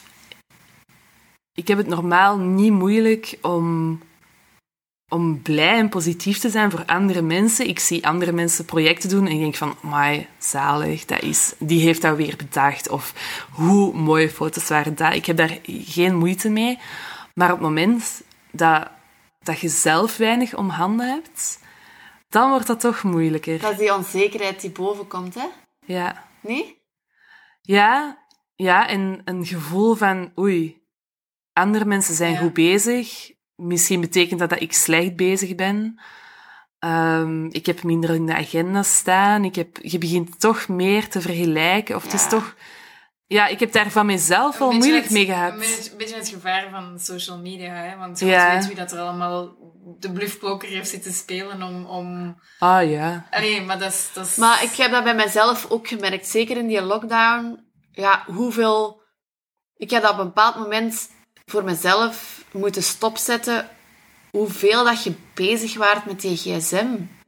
ik heb het normaal niet moeilijk om, om blij en positief te zijn voor andere mensen. Ik zie andere mensen projecten doen en ik denk van, amai, zalig, dat is, die heeft dat weer bedacht. Of hoe mooie foto's waren dat. Ik heb daar geen moeite mee. Maar op het moment dat, dat je zelf weinig om handen hebt, dan wordt dat toch moeilijker. Dat is die onzekerheid die boven komt, hè? Ja. Nee? Ja, ja, en een gevoel van, oei, andere mensen zijn Ja. goed bezig. Misschien betekent dat dat ik slecht bezig ben. Um, ik heb minder in de agenda staan. Ik heb, je begint toch meer te vergelijken. Of het Ja. is toch... Ja, ik heb daar van mezelf wel Een beetje moeilijk het- mee gehad. Een beetje, een beetje het gevaar van social media, hè? Want je Ja. weet wie dat er allemaal de bluffpoker heeft zitten spelen om... om... Ah, ja. Allee, maar dat is... Dat is... Maar ik heb dat bij mezelf ook gemerkt. Zeker in die lockdown. Ja, hoeveel... Ik heb dat op een bepaald moment voor mezelf moeten stopzetten. Hoeveel dat je bezig waart met die gsm.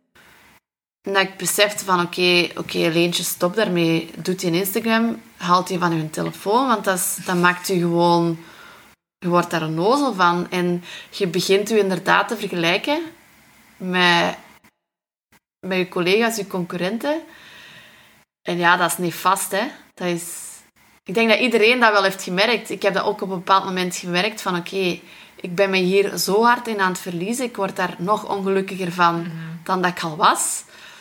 En dat ik besefte van... Oké, okay, oké, okay, Leentje, stop daarmee. Doet die Instagram. Haalt die van je telefoon. Want dat, is, dat maakt je gewoon... Je wordt daar een ozel van. En je begint je inderdaad te vergelijken met... met je collega's, je concurrenten. En ja, dat is nefast, hè. Dat is... Ik denk dat iedereen dat wel heeft gemerkt. Ik heb dat ook op een bepaald moment gemerkt van oké, okay, ik ben me hier zo hard in aan het verliezen. Ik word daar nog ongelukkiger van mm-hmm. dan dat ik al was.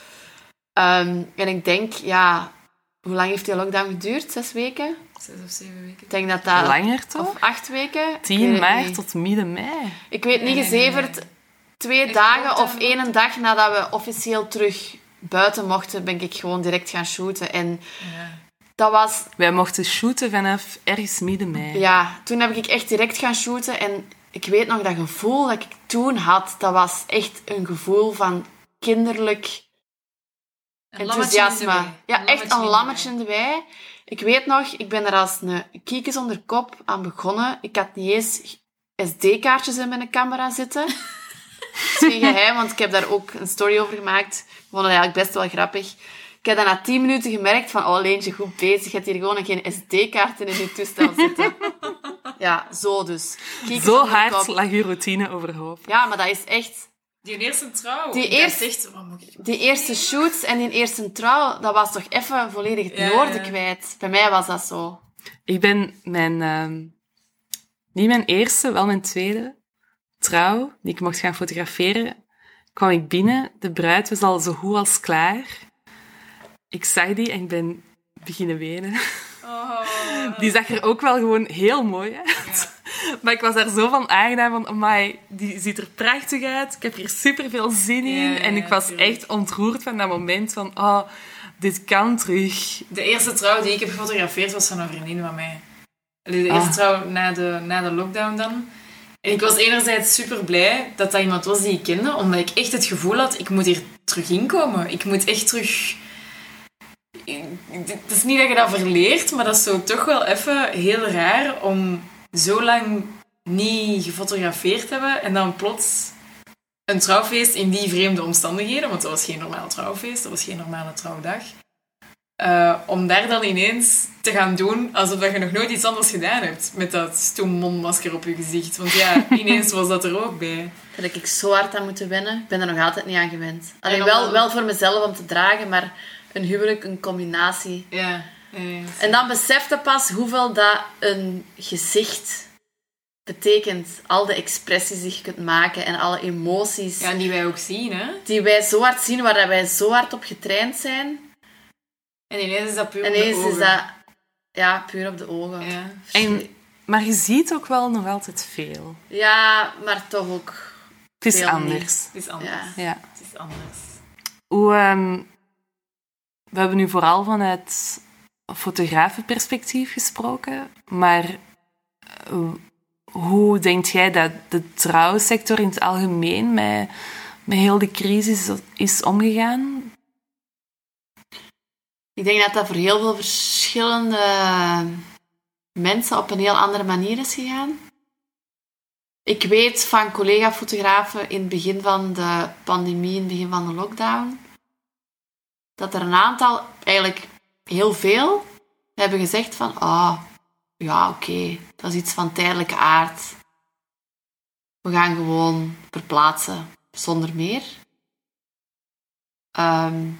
Um, en ik denk, ja... Hoe lang heeft die lockdown geduurd? Zes weken? Zes of zeven weken. Ik denk dat dat... Langer toch? Of acht weken? tien maart tot midden mei. Ik weet niet Nee, gezeverd... nee, nee. Twee Ik dagen hoop of dat- één dag nadat we officieel terug buiten mochten, ben ik gewoon direct gaan shooten. En Ja. dat was... Wij mochten shooten vanaf ergens midden mei. Ja, toen heb ik echt direct gaan shooten. En ik weet nog, dat gevoel dat ik toen had, dat was echt een gevoel van kinderlijk Een lammetje in de enthousiasme. wei. Ja, Een echt een in de lammetje wei. in de wei. Ik weet nog, ik ben er als een kiekje zonder kop aan begonnen. Ik had niet eens S D-kaartjes in mijn camera zitten. Dat is geen geheim, want ik heb daar ook een story over gemaakt. Ik vond het eigenlijk best wel grappig. Ik heb dan na tien minuten gemerkt van, oh, Leentje, goed bezig. Je hebt hier gewoon geen S D-kaarten in je toestel zitten. Ja, zo dus. Kiekjes Zo zonder hard kop. lag je routine overhoop. Ja, maar dat is echt... Die eerste trouw. Die Ik dacht eerste- echt, wat moet ik... Die eerste shoots en die eerste trouw, dat was toch even volledig het Ja, noorden ja. kwijt. Bij mij was dat zo. Ik ben mijn... ehm niet mijn eerste, wel mijn tweede trouw, die ik mocht gaan fotograferen, kwam ik binnen. De bruid was al zo goed als klaar. Ik zag die en ik ben beginnen wenen. Oh. Die zag er ook wel gewoon heel mooi uit. Maar ik was daar zo van aangedaan van, amai, die ziet er prachtig uit. Ik heb hier superveel zin in. Ja, ja, en ik was tuurlijk. echt ontroerd van dat moment van, oh, dit kan terug. De eerste trouw die ik heb gefotografeerd was van een vriendin van mij. Allee, de Ah. eerste trouw na de, na de lockdown dan. En ik was enerzijds super blij dat dat iemand was die ik kende, omdat ik echt het gevoel had, ik moet hier terug inkomen. Ik moet echt terug... Het is niet dat je dat verleert, maar dat is zo toch wel even heel raar om zo lang niet gefotografeerd te hebben en dan plots een trouwfeest in die vreemde omstandigheden, want dat was geen normaal trouwfeest, dat was geen normale trouwdag. Uh, om daar dan ineens te gaan doen alsof je nog nooit iets anders gedaan hebt. Met dat stoemmondmasker op je gezicht. Want ja, ineens was dat er ook bij. Dat ik zo hard aan moeten wennen. Ik ben er nog altijd niet aan gewend. Alleen dan... wel, wel voor mezelf om te dragen, maar een huwelijk, een combinatie. Ja. ja en dan besef je pas hoeveel dat een gezicht betekent. Al de expressies die je kunt maken en alle emoties. Ja, die wij ook zien, hè. Die wij zo hard zien, waar wij zo hard op getraind zijn. En ineens is dat puur ineens op de ogen. is dat, ja, puur op de ogen. Ja. En, maar je ziet ook wel nog altijd veel. Ja, maar toch ook. Het is veel anders. niet. Het is anders. Ja. Ja. Het is anders. Hoe, um, we hebben nu vooral vanuit fotografenperspectief gesproken, maar uh, hoe denk jij dat de trouwsector in het algemeen met, met heel de crisis is omgegaan? Ik denk dat dat voor heel veel verschillende mensen op een heel andere manier is gegaan. Ik weet van collega-fotografen in het begin van de pandemie, in het begin van de lockdown, dat er een aantal, eigenlijk heel veel, hebben gezegd van, ah, oh, ja, oké, okay, dat is iets van tijdelijke aard. We gaan gewoon verplaatsen, zonder meer. Um,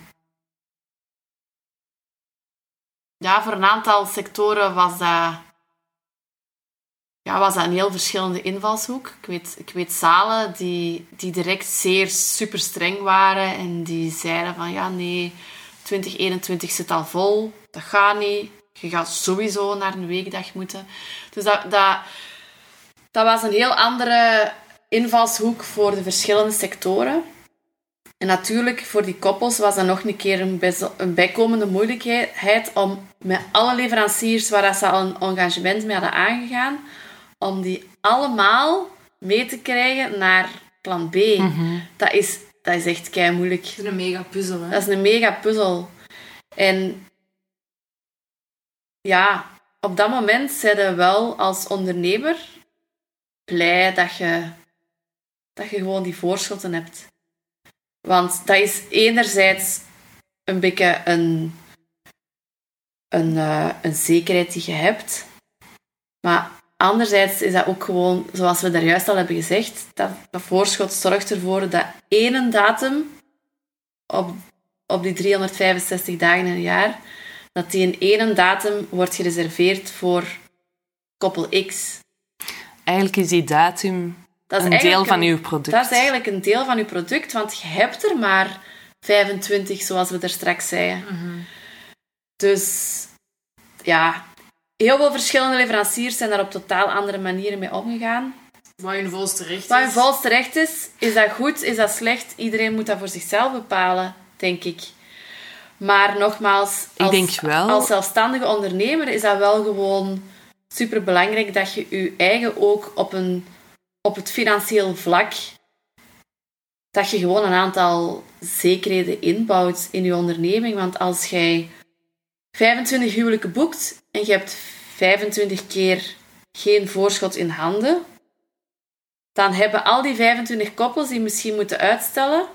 ja, voor een aantal sectoren was dat, ja, was dat een heel verschillende invalshoek. Ik weet, ik weet zalen die, die direct zeer super streng waren en die zeiden van, ja, nee, twintig eenentwintig zit al vol, dat gaat niet. Je gaat sowieso naar een weekdag moeten. Dus dat, dat, dat was een heel andere invalshoek voor de verschillende sectoren. En natuurlijk, voor die koppels was dat nog een keer een, bij, een bijkomende moeilijkheid om met alle leveranciers waar ze al een engagement mee hadden aangegaan, om die allemaal mee te krijgen naar plan B. Mm-hmm. Dat is, dat is echt kei moeilijk. Dat is een mega puzzel, hè? Dat is een mega puzzel. En ja, op dat moment ben je wel als ondernemer blij dat je, dat je gewoon die voorschotten hebt. Want dat is enerzijds een beetje een, een, uh, een zekerheid die je hebt. Maar anderzijds is dat ook gewoon, zoals we daar juist al hebben gezegd, dat, dat voorschot zorgt ervoor dat één datum op, op die driehonderdvijfenzestig dagen in een jaar, dat die in één datum wordt gereserveerd voor koppel X. Eigenlijk is die datum dat is een deel van een, uw product. Dat is eigenlijk een deel van uw product, want je hebt er maar vijfentwintig, zoals we er straks zeiden. Mm-hmm. Dus ja, heel veel verschillende leveranciers zijn daar op totaal andere manieren mee omgegaan. Wat hun volste recht is. Wat hun volste recht is. Is dat goed? Is dat slecht? Iedereen moet dat voor zichzelf bepalen, denk ik. Maar nogmaals, als, ik denk wel, als zelfstandige ondernemer is dat wel gewoon superbelangrijk dat je je eigen ook op, een, op het financieel vlak, dat je gewoon een aantal zekerheden inbouwt in je onderneming. Want als jij vijfentwintig huwelijken boekt en je hebt vijfentwintig keer geen voorschot in handen, dan hebben al die vijfentwintig koppels die misschien moeten uitstellen,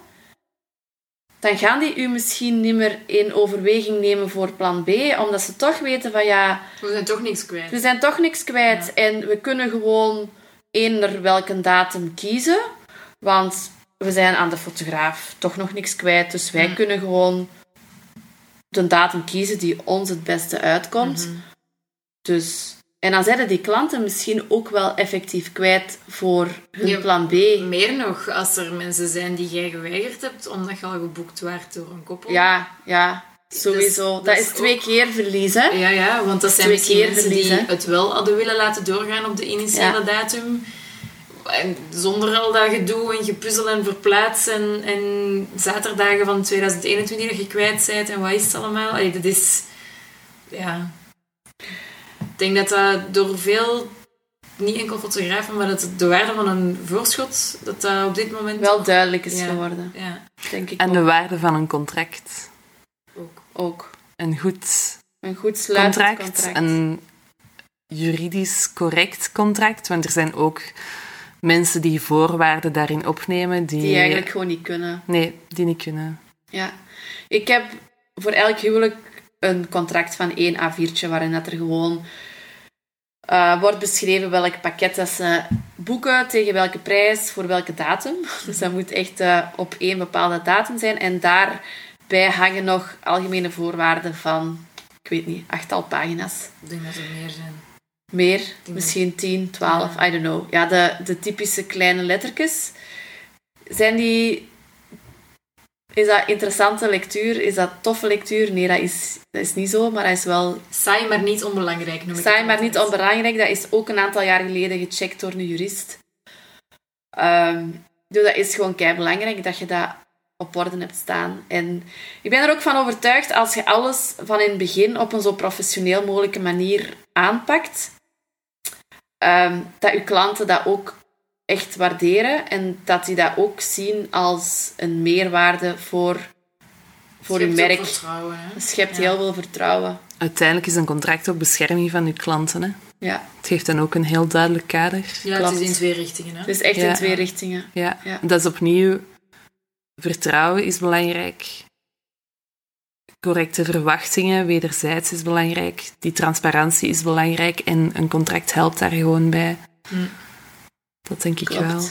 dan gaan die u misschien niet meer in overweging nemen voor plan B, omdat ze toch weten van ja, we zijn toch niks kwijt. We zijn toch niks kwijt Ja. En we kunnen gewoon eender welke datum kiezen, want we zijn aan de fotograaf toch nog niks kwijt, dus wij Mm. kunnen gewoon de datum kiezen die ons het beste uitkomt. Mm-hmm. Dus, en dan zijn die klanten misschien ook wel effectief kwijt voor hun Ja, plan B. Meer nog, als er mensen zijn die jij geweigerd hebt, omdat je al geboekt werd door een koppel. Ja, ja, sowieso. Dus- dat dus is twee ook- keer verlies, hè? Ja, ja, want dat zijn Twee misschien keer mensen verlies, die hè? het wel hadden willen laten doorgaan op de initiële Ja. datum. En zonder al dat gedoe en gepuzzel en verplaats en, en zaterdagen van tweeduizend eenentwintig dat je kwijt bent en wat is het allemaal. Allee, dat is... Ja... Ik denk dat dat door veel, niet enkel fotografen, maar dat de waarde van een voorschot, dat dat op dit moment... Wel duidelijk is Ja. geworden, Ja, denk ik en ook. de waarde van een contract. ook. ook. Een goed Een goed sluitend contract, contract. een juridisch correct contract, want er zijn ook mensen die voorwaarden daarin opnemen die... Die eigenlijk gewoon niet kunnen. Nee, die niet kunnen. Ja. Ik heb voor elk huwelijk een contract van één A viertje, waarin dat er gewoon uh, wordt beschreven welk pakket dat ze boeken, tegen welke prijs, voor welke datum. Dus dat moet echt uh, op één bepaalde datum zijn. En daarbij hangen nog algemene voorwaarden van, ik weet niet, achttal pagina's. Ik denk dat er meer zijn. Meer, misschien tien, twaalf, ja. I don't know. Ja, de, de typische kleine lettertjes. Zijn die... Is dat interessante lectuur? Is dat toffe lectuur? Nee, dat is, dat is niet zo, maar dat is wel... Saai, maar niet onbelangrijk, noem ik Saai, maar niet onbelangrijk. Dat is ook een aantal jaar geleden gecheckt door een jurist. Um, dus dat is gewoon keibelangrijk, dat je dat op orde hebt staan. En ik ben er ook van overtuigd, als je alles van in het begin op een zo professioneel mogelijke manier aanpakt, um, dat je klanten dat ook echt waarderen en dat die dat ook zien als een meerwaarde voor, voor je merk. Vertrouwen, hè? Schept Ja. heel veel vertrouwen. Uiteindelijk is een contract ook bescherming van je klanten. Hè? Ja. Het geeft dan ook een heel duidelijk kader. Ja, Klopt. het is in twee richtingen. Hè? Het is echt Ja. in twee richtingen. Ja. Ja. Dat is opnieuw... Vertrouwen is belangrijk. Correcte verwachtingen, wederzijds is belangrijk. Die transparantie is belangrijk. En een contract helpt daar gewoon bij. Hm. Dat denk ik Klopt. wel.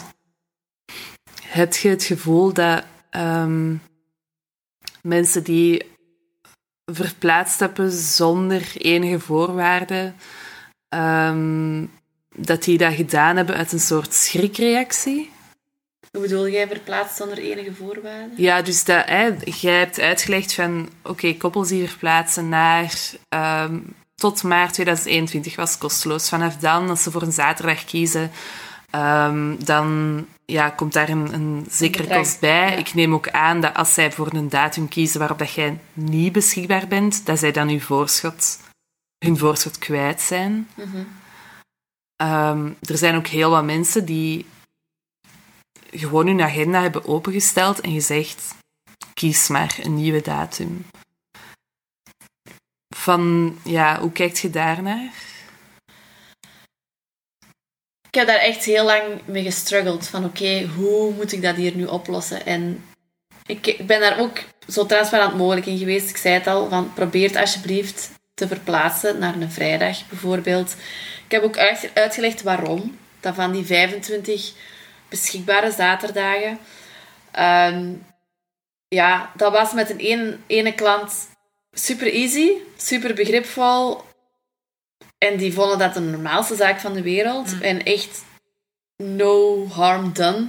Heb je het gevoel dat um, mensen die verplaatst stappen zonder enige voorwaarden, um, dat die dat gedaan hebben uit een soort schrikreactie? Hoe bedoel jij verplaatst zonder enige voorwaarden? Ja, dus dat, hè, jij hebt uitgelegd van... Oké, okay, koppels die verplaatsen naar... Um, tot maart tweeduizend eenentwintig was kosteloos. Vanaf dan, als ze voor een zaterdag kiezen, um, dan ja, komt daar een, een zekere bedrag, kost bij. ja. Ik neem ook aan dat als zij voor een datum kiezen waarop dat jij niet beschikbaar bent, dat zij dan hun voorschot, hun voorschot kwijt zijn. Mm-hmm. Um, er zijn ook heel wat mensen die gewoon hun agenda hebben opengesteld en gezegd, kies maar een nieuwe datum. Van, ja, hoe kijkt je daarnaar? Ik heb daar echt heel lang mee gestruggeld. Van oké, okay, hoe moet ik dat hier nu oplossen? En ik ben daar ook zo transparant mogelijk in geweest. Ik zei het al, van probeer het alsjeblieft te verplaatsen naar een vrijdag bijvoorbeeld. Ik heb ook uitgelegd waarom. Dat van die vijfentwintig beschikbare zaterdagen. Um, ja, dat was met een ene, ene klant super easy, super begripvol. En die vonden dat de normaalste zaak van de wereld. Mm. En echt no harm done.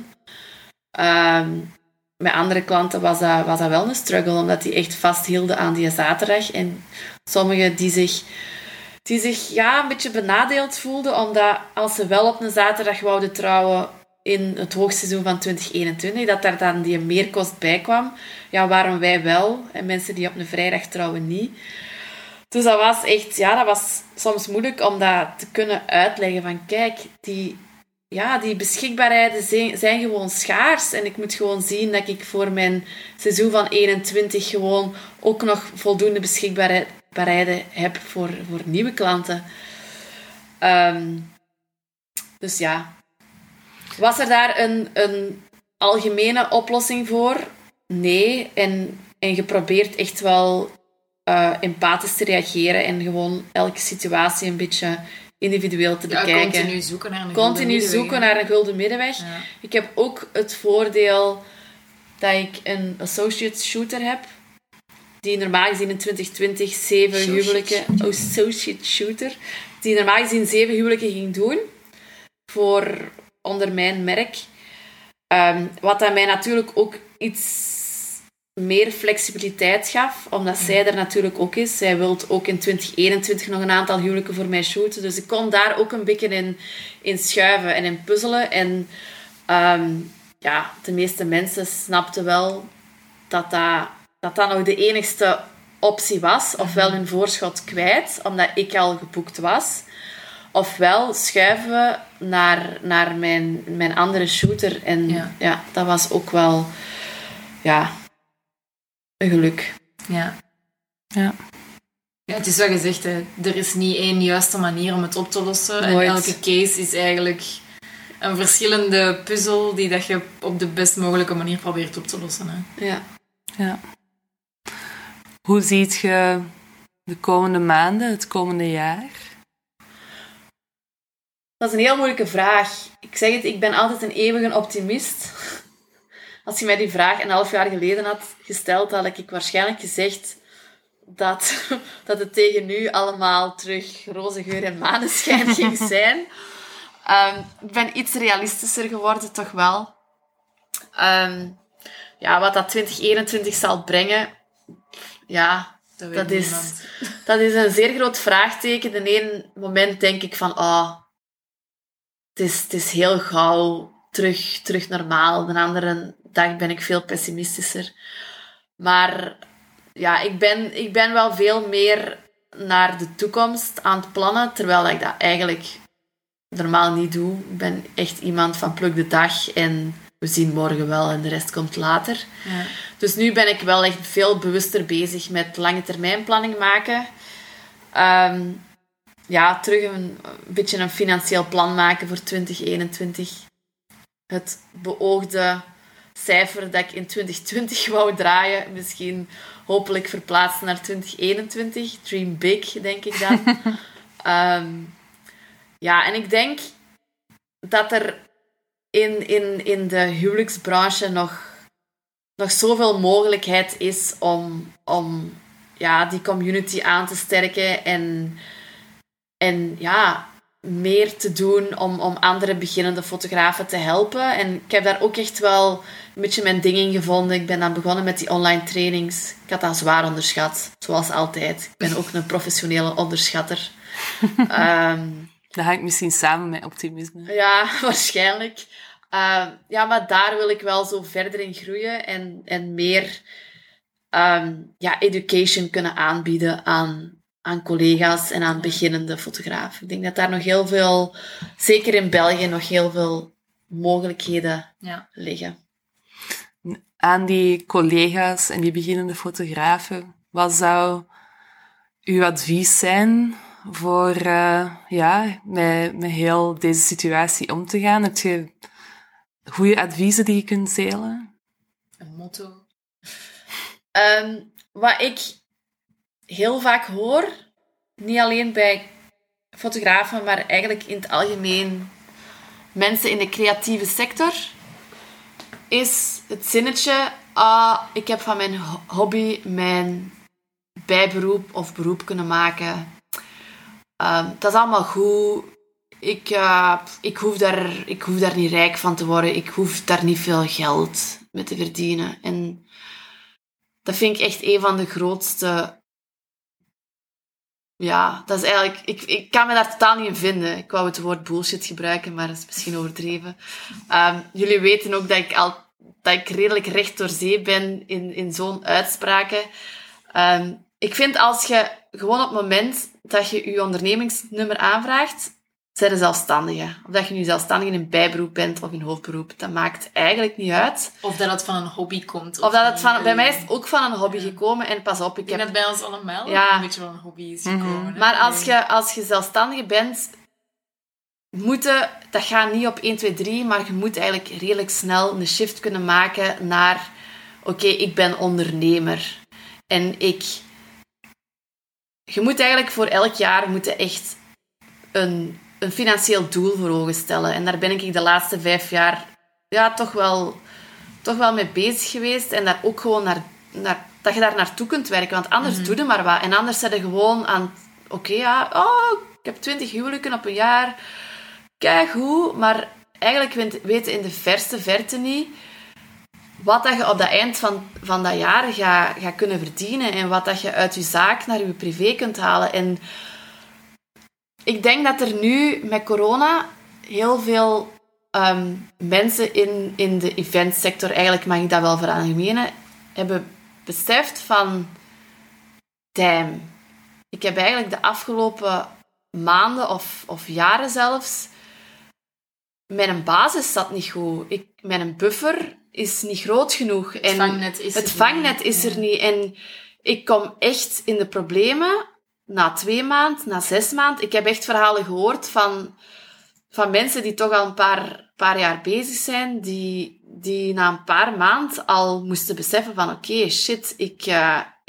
Um, met andere klanten was dat, was dat wel een struggle, omdat die echt vasthielden aan die zaterdag. En sommigen die zich, die zich ja, een beetje benadeeld voelden, omdat als ze wel op een zaterdag wouden trouwen in het hoogseizoen van twintig eenentwintig, dat daar dan die meerkost bij kwam. Ja, waarom wij wel? En mensen die op een vrijdag trouwen niet. Dus dat was echt, ja, dat was soms moeilijk om dat te kunnen uitleggen. Van kijk, die, ja, die beschikbaarheden zijn, zijn gewoon schaars. En ik moet gewoon zien dat ik voor mijn seizoen van eenentwintig gewoon ook nog voldoende beschikbaarheden heb voor, voor nieuwe klanten. Um, dus ja. Was er daar een, een algemene oplossing voor? Nee. En, en je probeert echt wel uh, empathisch te reageren en gewoon elke situatie een beetje individueel te ja, bekijken. Continu zoeken naar een Continu gulden middenweg. zoeken naar een gulden middenweg. Ja. Ik heb ook het voordeel dat ik een associate shooter heb, die normaal gezien in twintig twintig zeven Associate huwelijken... shooter. Associate shooter. Die normaal gezien zeven huwelijken ging doen. Voor... onder mijn merk. Um, wat dat mij natuurlijk ook iets meer flexibiliteit gaf, omdat mm. zij er natuurlijk ook is. Zij wil ook in twintig eenentwintig nog een aantal huwelijken voor mij shooten. Dus ik kon daar ook een beetje in, in schuiven en in puzzelen. En um, ja, de meeste mensen snapten wel dat dat, dat, dat nog de enigste optie was. Ofwel hun voorschot kwijt, omdat ik al geboekt was. Ofwel schuiven we naar, naar mijn, mijn andere shooter. En ja. ja, dat was ook wel ja, een geluk. Ja. Ja. Ja, het is wat gezegd, hè. Er is niet één juiste manier om het op te lossen. Nooit. En elke case is eigenlijk een verschillende puzzel die dat je op de best mogelijke manier probeert op te lossen. Hè. Ja. Ja. Hoe ziet je de komende maanden, het komende jaar? Dat is een heel moeilijke vraag. Ik zeg het, ik ben altijd een eeuwige optimist. Als je mij die vraag een half jaar geleden had gesteld, had ik waarschijnlijk gezegd dat, dat het tegen nu allemaal terug roze geur en maneschijn ging zijn. Um, ik ben iets realistischer geworden, toch wel. Um, ja, wat dat twintig eenentwintig zal brengen, ja, dat, dat, is, dat is een zeer groot vraagteken. De ene moment denk ik van, oh, het is, het is heel gauw terug, terug normaal. De andere dag ben ik veel pessimistischer. Maar ja, ik ben, ik ben wel veel meer naar de toekomst aan het plannen, terwijl ik dat eigenlijk normaal niet doe. Ik ben echt iemand van pluk de dag en we zien morgen wel en de rest komt later. Ja. Dus nu ben ik wel echt veel bewuster bezig met lange termijn planning maken. Um, ja, terug een, een beetje een financieel plan maken voor twintig eenentwintig. Het beoogde cijfer dat ik in twintig twintig wou draaien, misschien hopelijk verplaatsen naar twintig eenentwintig. Dream big, denk ik dan. um, ja, en ik denk dat er in, in, in de huwelijksbranche nog, nog zoveel mogelijkheid is om, om ja, die community aan te sterken en, en ja, meer te doen om, om andere beginnende fotografen te helpen. En ik heb daar ook echt wel een beetje mijn ding in gevonden. Ik ben dan begonnen met die online trainings. Ik had dat zwaar onderschat, zoals altijd. Ik ben ook een professionele onderschatter. um, Dat hangt misschien samen met optimisme. Ja, waarschijnlijk. Uh, ja, maar daar wil ik wel zo verder in groeien en, en meer um, ja, education kunnen aanbieden aan, aan collega's en aan beginnende fotografen. Ik denk dat daar nog heel veel, zeker in België, nog heel veel mogelijkheden ja. liggen. Aan die collega's en die beginnende fotografen, wat zou uw advies zijn voor uh, ja, met, met heel deze situatie om te gaan? Heb je goede adviezen die je kunt delen? Een motto? Um, wat ik heel vaak hoor, niet alleen bij fotografen, maar eigenlijk in het algemeen mensen in de creatieve sector, is het zinnetje, ah, ik heb van mijn hobby mijn bijberoep of beroep kunnen maken. Um, dat is allemaal goed. Ik, uh, ik, hoef daar, ik hoef daar niet rijk van te worden. Ik hoef daar niet veel geld mee te verdienen. En dat vind ik echt een van de grootste... Ja, dat is eigenlijk... Ik, ik kan me daar totaal niet in vinden. Ik wou het woord bullshit gebruiken, maar dat is misschien overdreven. Um, jullie weten ook dat ik, al, dat ik redelijk recht door zee ben in, in zo'n uitspraken. Um, ik vind als je gewoon op het moment dat je je ondernemingsnummer aanvraagt, zijn er zelfstandige. Of dat je nu zelfstandig in een bijberoep bent of in hoofdberoep, dat maakt eigenlijk niet uit. Of dat het van een hobby komt. Of, of dat het van... Bij mij is het ook van een hobby ja. gekomen. En pas op, ik, ik heb... dat bij ons allemaal ja. een beetje van een hobby is gekomen. Mm-hmm. Maar als je, als je zelfstandige bent, moeten... Dat gaat niet op één, twee, drie, maar je moet eigenlijk redelijk snel een shift kunnen maken naar... Oké, okay, ik ben ondernemer. En ik... Je moet eigenlijk voor elk jaar moet echt een, een financieel doel voor ogen stellen. En daar ben ik de laatste vijf jaar ja, toch, wel, toch wel mee bezig geweest. En daar ook gewoon naar, naar, dat je daar naartoe kunt werken. Want anders mm-hmm. doe je maar wat. En anders zit je gewoon aan... Oké, okay, ja, oh, ik heb twintig huwelijken op een jaar. Kijk hoe. Maar eigenlijk weet je in de verste verte niet wat dat je op dat eind van, van dat jaar gaat, gaat kunnen verdienen en wat dat je uit je zaak naar je privé kunt halen. En ik denk dat er nu met corona heel veel um, mensen in, in de eventsector, eigenlijk mag ik dat wel veralgemenen, hebben beseft van damn, ik heb eigenlijk de afgelopen maanden of, of jaren zelfs mijn basis zat niet goed. Ik, mijn buffer is niet groot genoeg. En het vangnet is, het er, vangnet niet. is er niet. En ik kom echt in de problemen na twee maanden, na zes maanden. Ik heb echt verhalen gehoord van, van mensen die toch al een paar, paar jaar bezig zijn, die, die na een paar maanden al moesten beseffen van oké, okay, shit, ik, uh,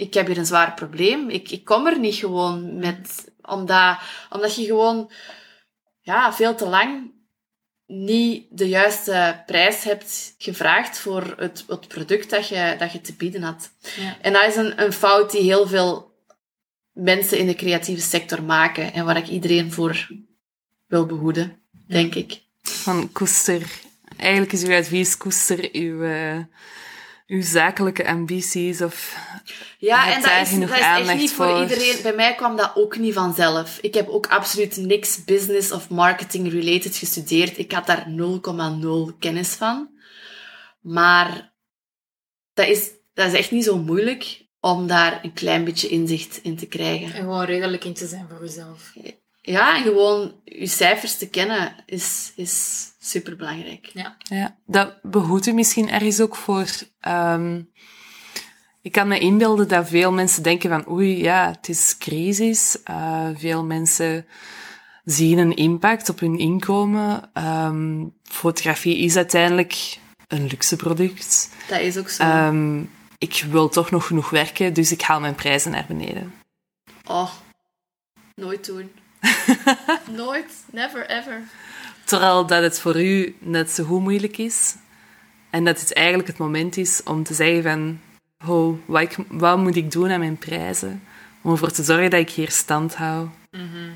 ik heb hier een zwaar probleem. Ik, ik kom er niet gewoon met... Omdat, omdat je gewoon ja, veel te lang niet de juiste prijs hebt gevraagd voor het, het product dat je, dat je te bieden had. Ja. En dat is een, een fout die heel veel mensen in de creatieve sector maken en waar ik iedereen voor wil behoeden, denk ik. Van koester... Eigenlijk is uw advies, koester uw, uh, uw zakelijke ambities of... Ja, heb en daar dat is, genoeg dat is echt aandacht niet voor, voor. iedereen. Bij mij kwam dat ook niet vanzelf. Ik heb ook absoluut niks business of marketing related gestudeerd. Ik had daar nul komma nul kennis van. Maar dat is, dat is echt niet zo moeilijk om daar een klein beetje inzicht in te krijgen. En gewoon redelijk in te zijn voor jezelf. Ja, en gewoon je cijfers te kennen is, is superbelangrijk. Ja. Ja, dat behoedt u misschien ergens ook voor... Um, ik kan me inbeelden dat veel mensen denken van oei, ja, het is crisis. Uh, veel mensen zien een impact op hun inkomen. Um, fotografie is uiteindelijk een luxe product. Dat is ook zo. Um, ik wil toch nog genoeg werken, dus ik haal mijn prijzen naar beneden. Oh, nooit doen. Nooit, never, ever. Terwijl dat het voor u net zo goed moeilijk is. En dat het eigenlijk het moment is om te zeggen van... Oh, wat, ik, wat moet ik doen aan mijn prijzen? Om ervoor te zorgen dat ik hier stand hou. Mm-hmm.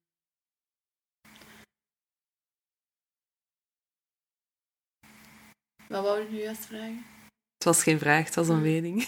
Wat wou je nu juist vragen? Het was geen vraag, het was een mening.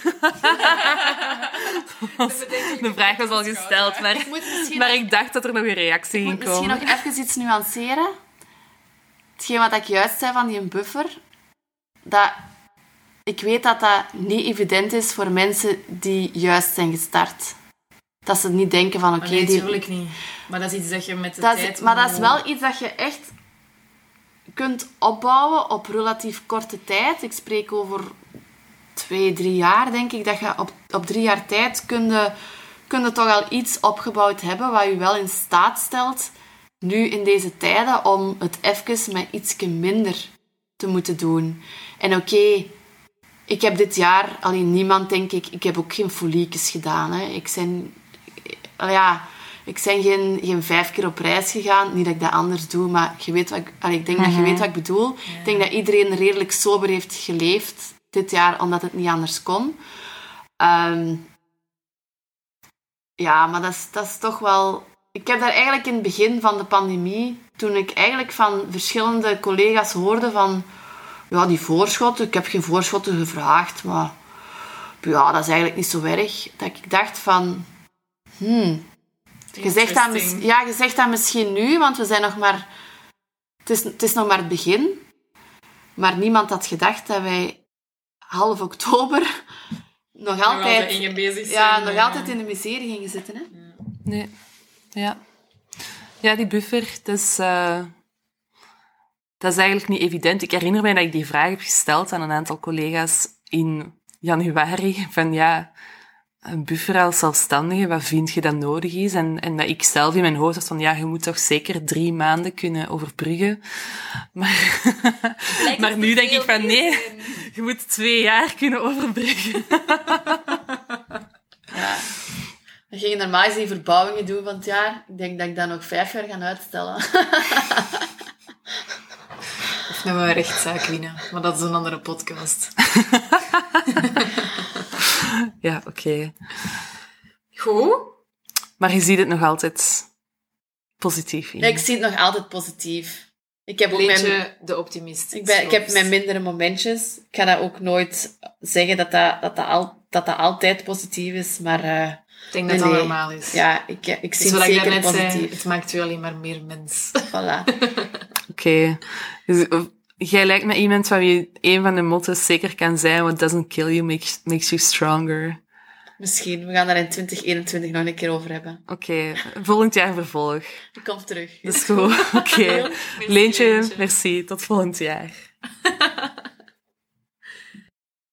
De vraag was al gesteld, maar, Ik moet misschien maar nog- ik dacht dat er nog een reactie Ik ging moet misschien komen. nog even iets nuanceren. Hetgeen wat ik juist zei van die buffer, dat ik weet dat dat niet evident is voor mensen die juist zijn gestart. Dat ze niet denken van, oké... Okay, nee, die... natuurlijk niet. Maar dat is iets dat je met de dat tijd... is, maar dat is moet- wel iets dat je echt kunt opbouwen op relatief korte tijd. Ik spreek over twee, drie jaar, denk ik. Dat je op, op drie jaar tijd kun je, kun je toch al iets opgebouwd hebben wat je wel in staat stelt, nu in deze tijden, om het even met ietsje minder te moeten doen. En oké, okay, ik heb dit jaar, alleen niemand denk ik, ik heb ook geen foliekes gedaan. Hè. Ik zijn, ja, ik zijn geen, geen vijf keer op reis gegaan. Niet dat ik dat anders doe, maar je weet wat ik, allee, ik denk mm-hmm. dat je weet wat ik bedoel. Ja. Ik denk dat iedereen redelijk sober heeft geleefd dit jaar, omdat het niet anders kon. Um, ja, maar dat is, dat is toch wel... Ik heb daar eigenlijk in het begin van de pandemie, toen ik eigenlijk van verschillende collega's hoorde van... Ja, die voorschotten, ik heb geen voorschotten gevraagd, maar... Ja, dat is eigenlijk niet zo erg. Dat ik dacht van... Hmm, je zegt, dat mis, ja, je zegt dat misschien nu, want we zijn nog maar... Het is, het is nog maar het begin. Maar niemand had gedacht dat wij half oktober nog nog altijd... in bezig zijn, ja, nog ja. altijd in de miserie gingen zitten, hè? Nee. Ja. Ja, die buffer, dat is... Uh... Dat is eigenlijk niet evident. Ik herinner mij dat ik die vraag heb gesteld aan een aantal collega's in januari. Van ja, een buffer als zelfstandige, wat vind je dat nodig is? En, en dat ik zelf in mijn hoofd had van ja, je moet toch zeker drie maanden kunnen overbruggen. Maar, maar nu denk ik van nee, je moet twee jaar kunnen overbruggen. Ja. We gingen normaal eens die verbouwingen doen van het jaar. Ik denk dat ik dat nog vijf jaar ga uitstellen. Of nou een rechtszaak winnen. Maar dat is een andere podcast. Ja, oké. Okay. Goed. Maar je ziet het nog altijd positief in. Ja, ik zie het nog altijd positief. Ik heb ook Leentje, mijn... de optimist. Ik, ben, ik heb mijn mindere momentjes. Ik ga dat ook nooit zeggen dat dat, dat, dat, al, dat, dat altijd positief is, maar... Uh, ik denk dat nee, dat normaal is. Ja, ik, ik zie dus het zeker ik positief. Zei, het maakt u alleen maar meer mens. Voilà. Oké. Okay. Dus, jij lijkt me iemand van wie een van de motto's zeker kan zijn: what doesn't kill you makes, makes you stronger. Misschien. We gaan daar in twintig eenentwintig nog een keer over hebben. Oké. Okay. Volgend jaar vervolg. Ik kom terug. Dat is goed. Oké. Okay. Leentje, merci. Tot volgend jaar.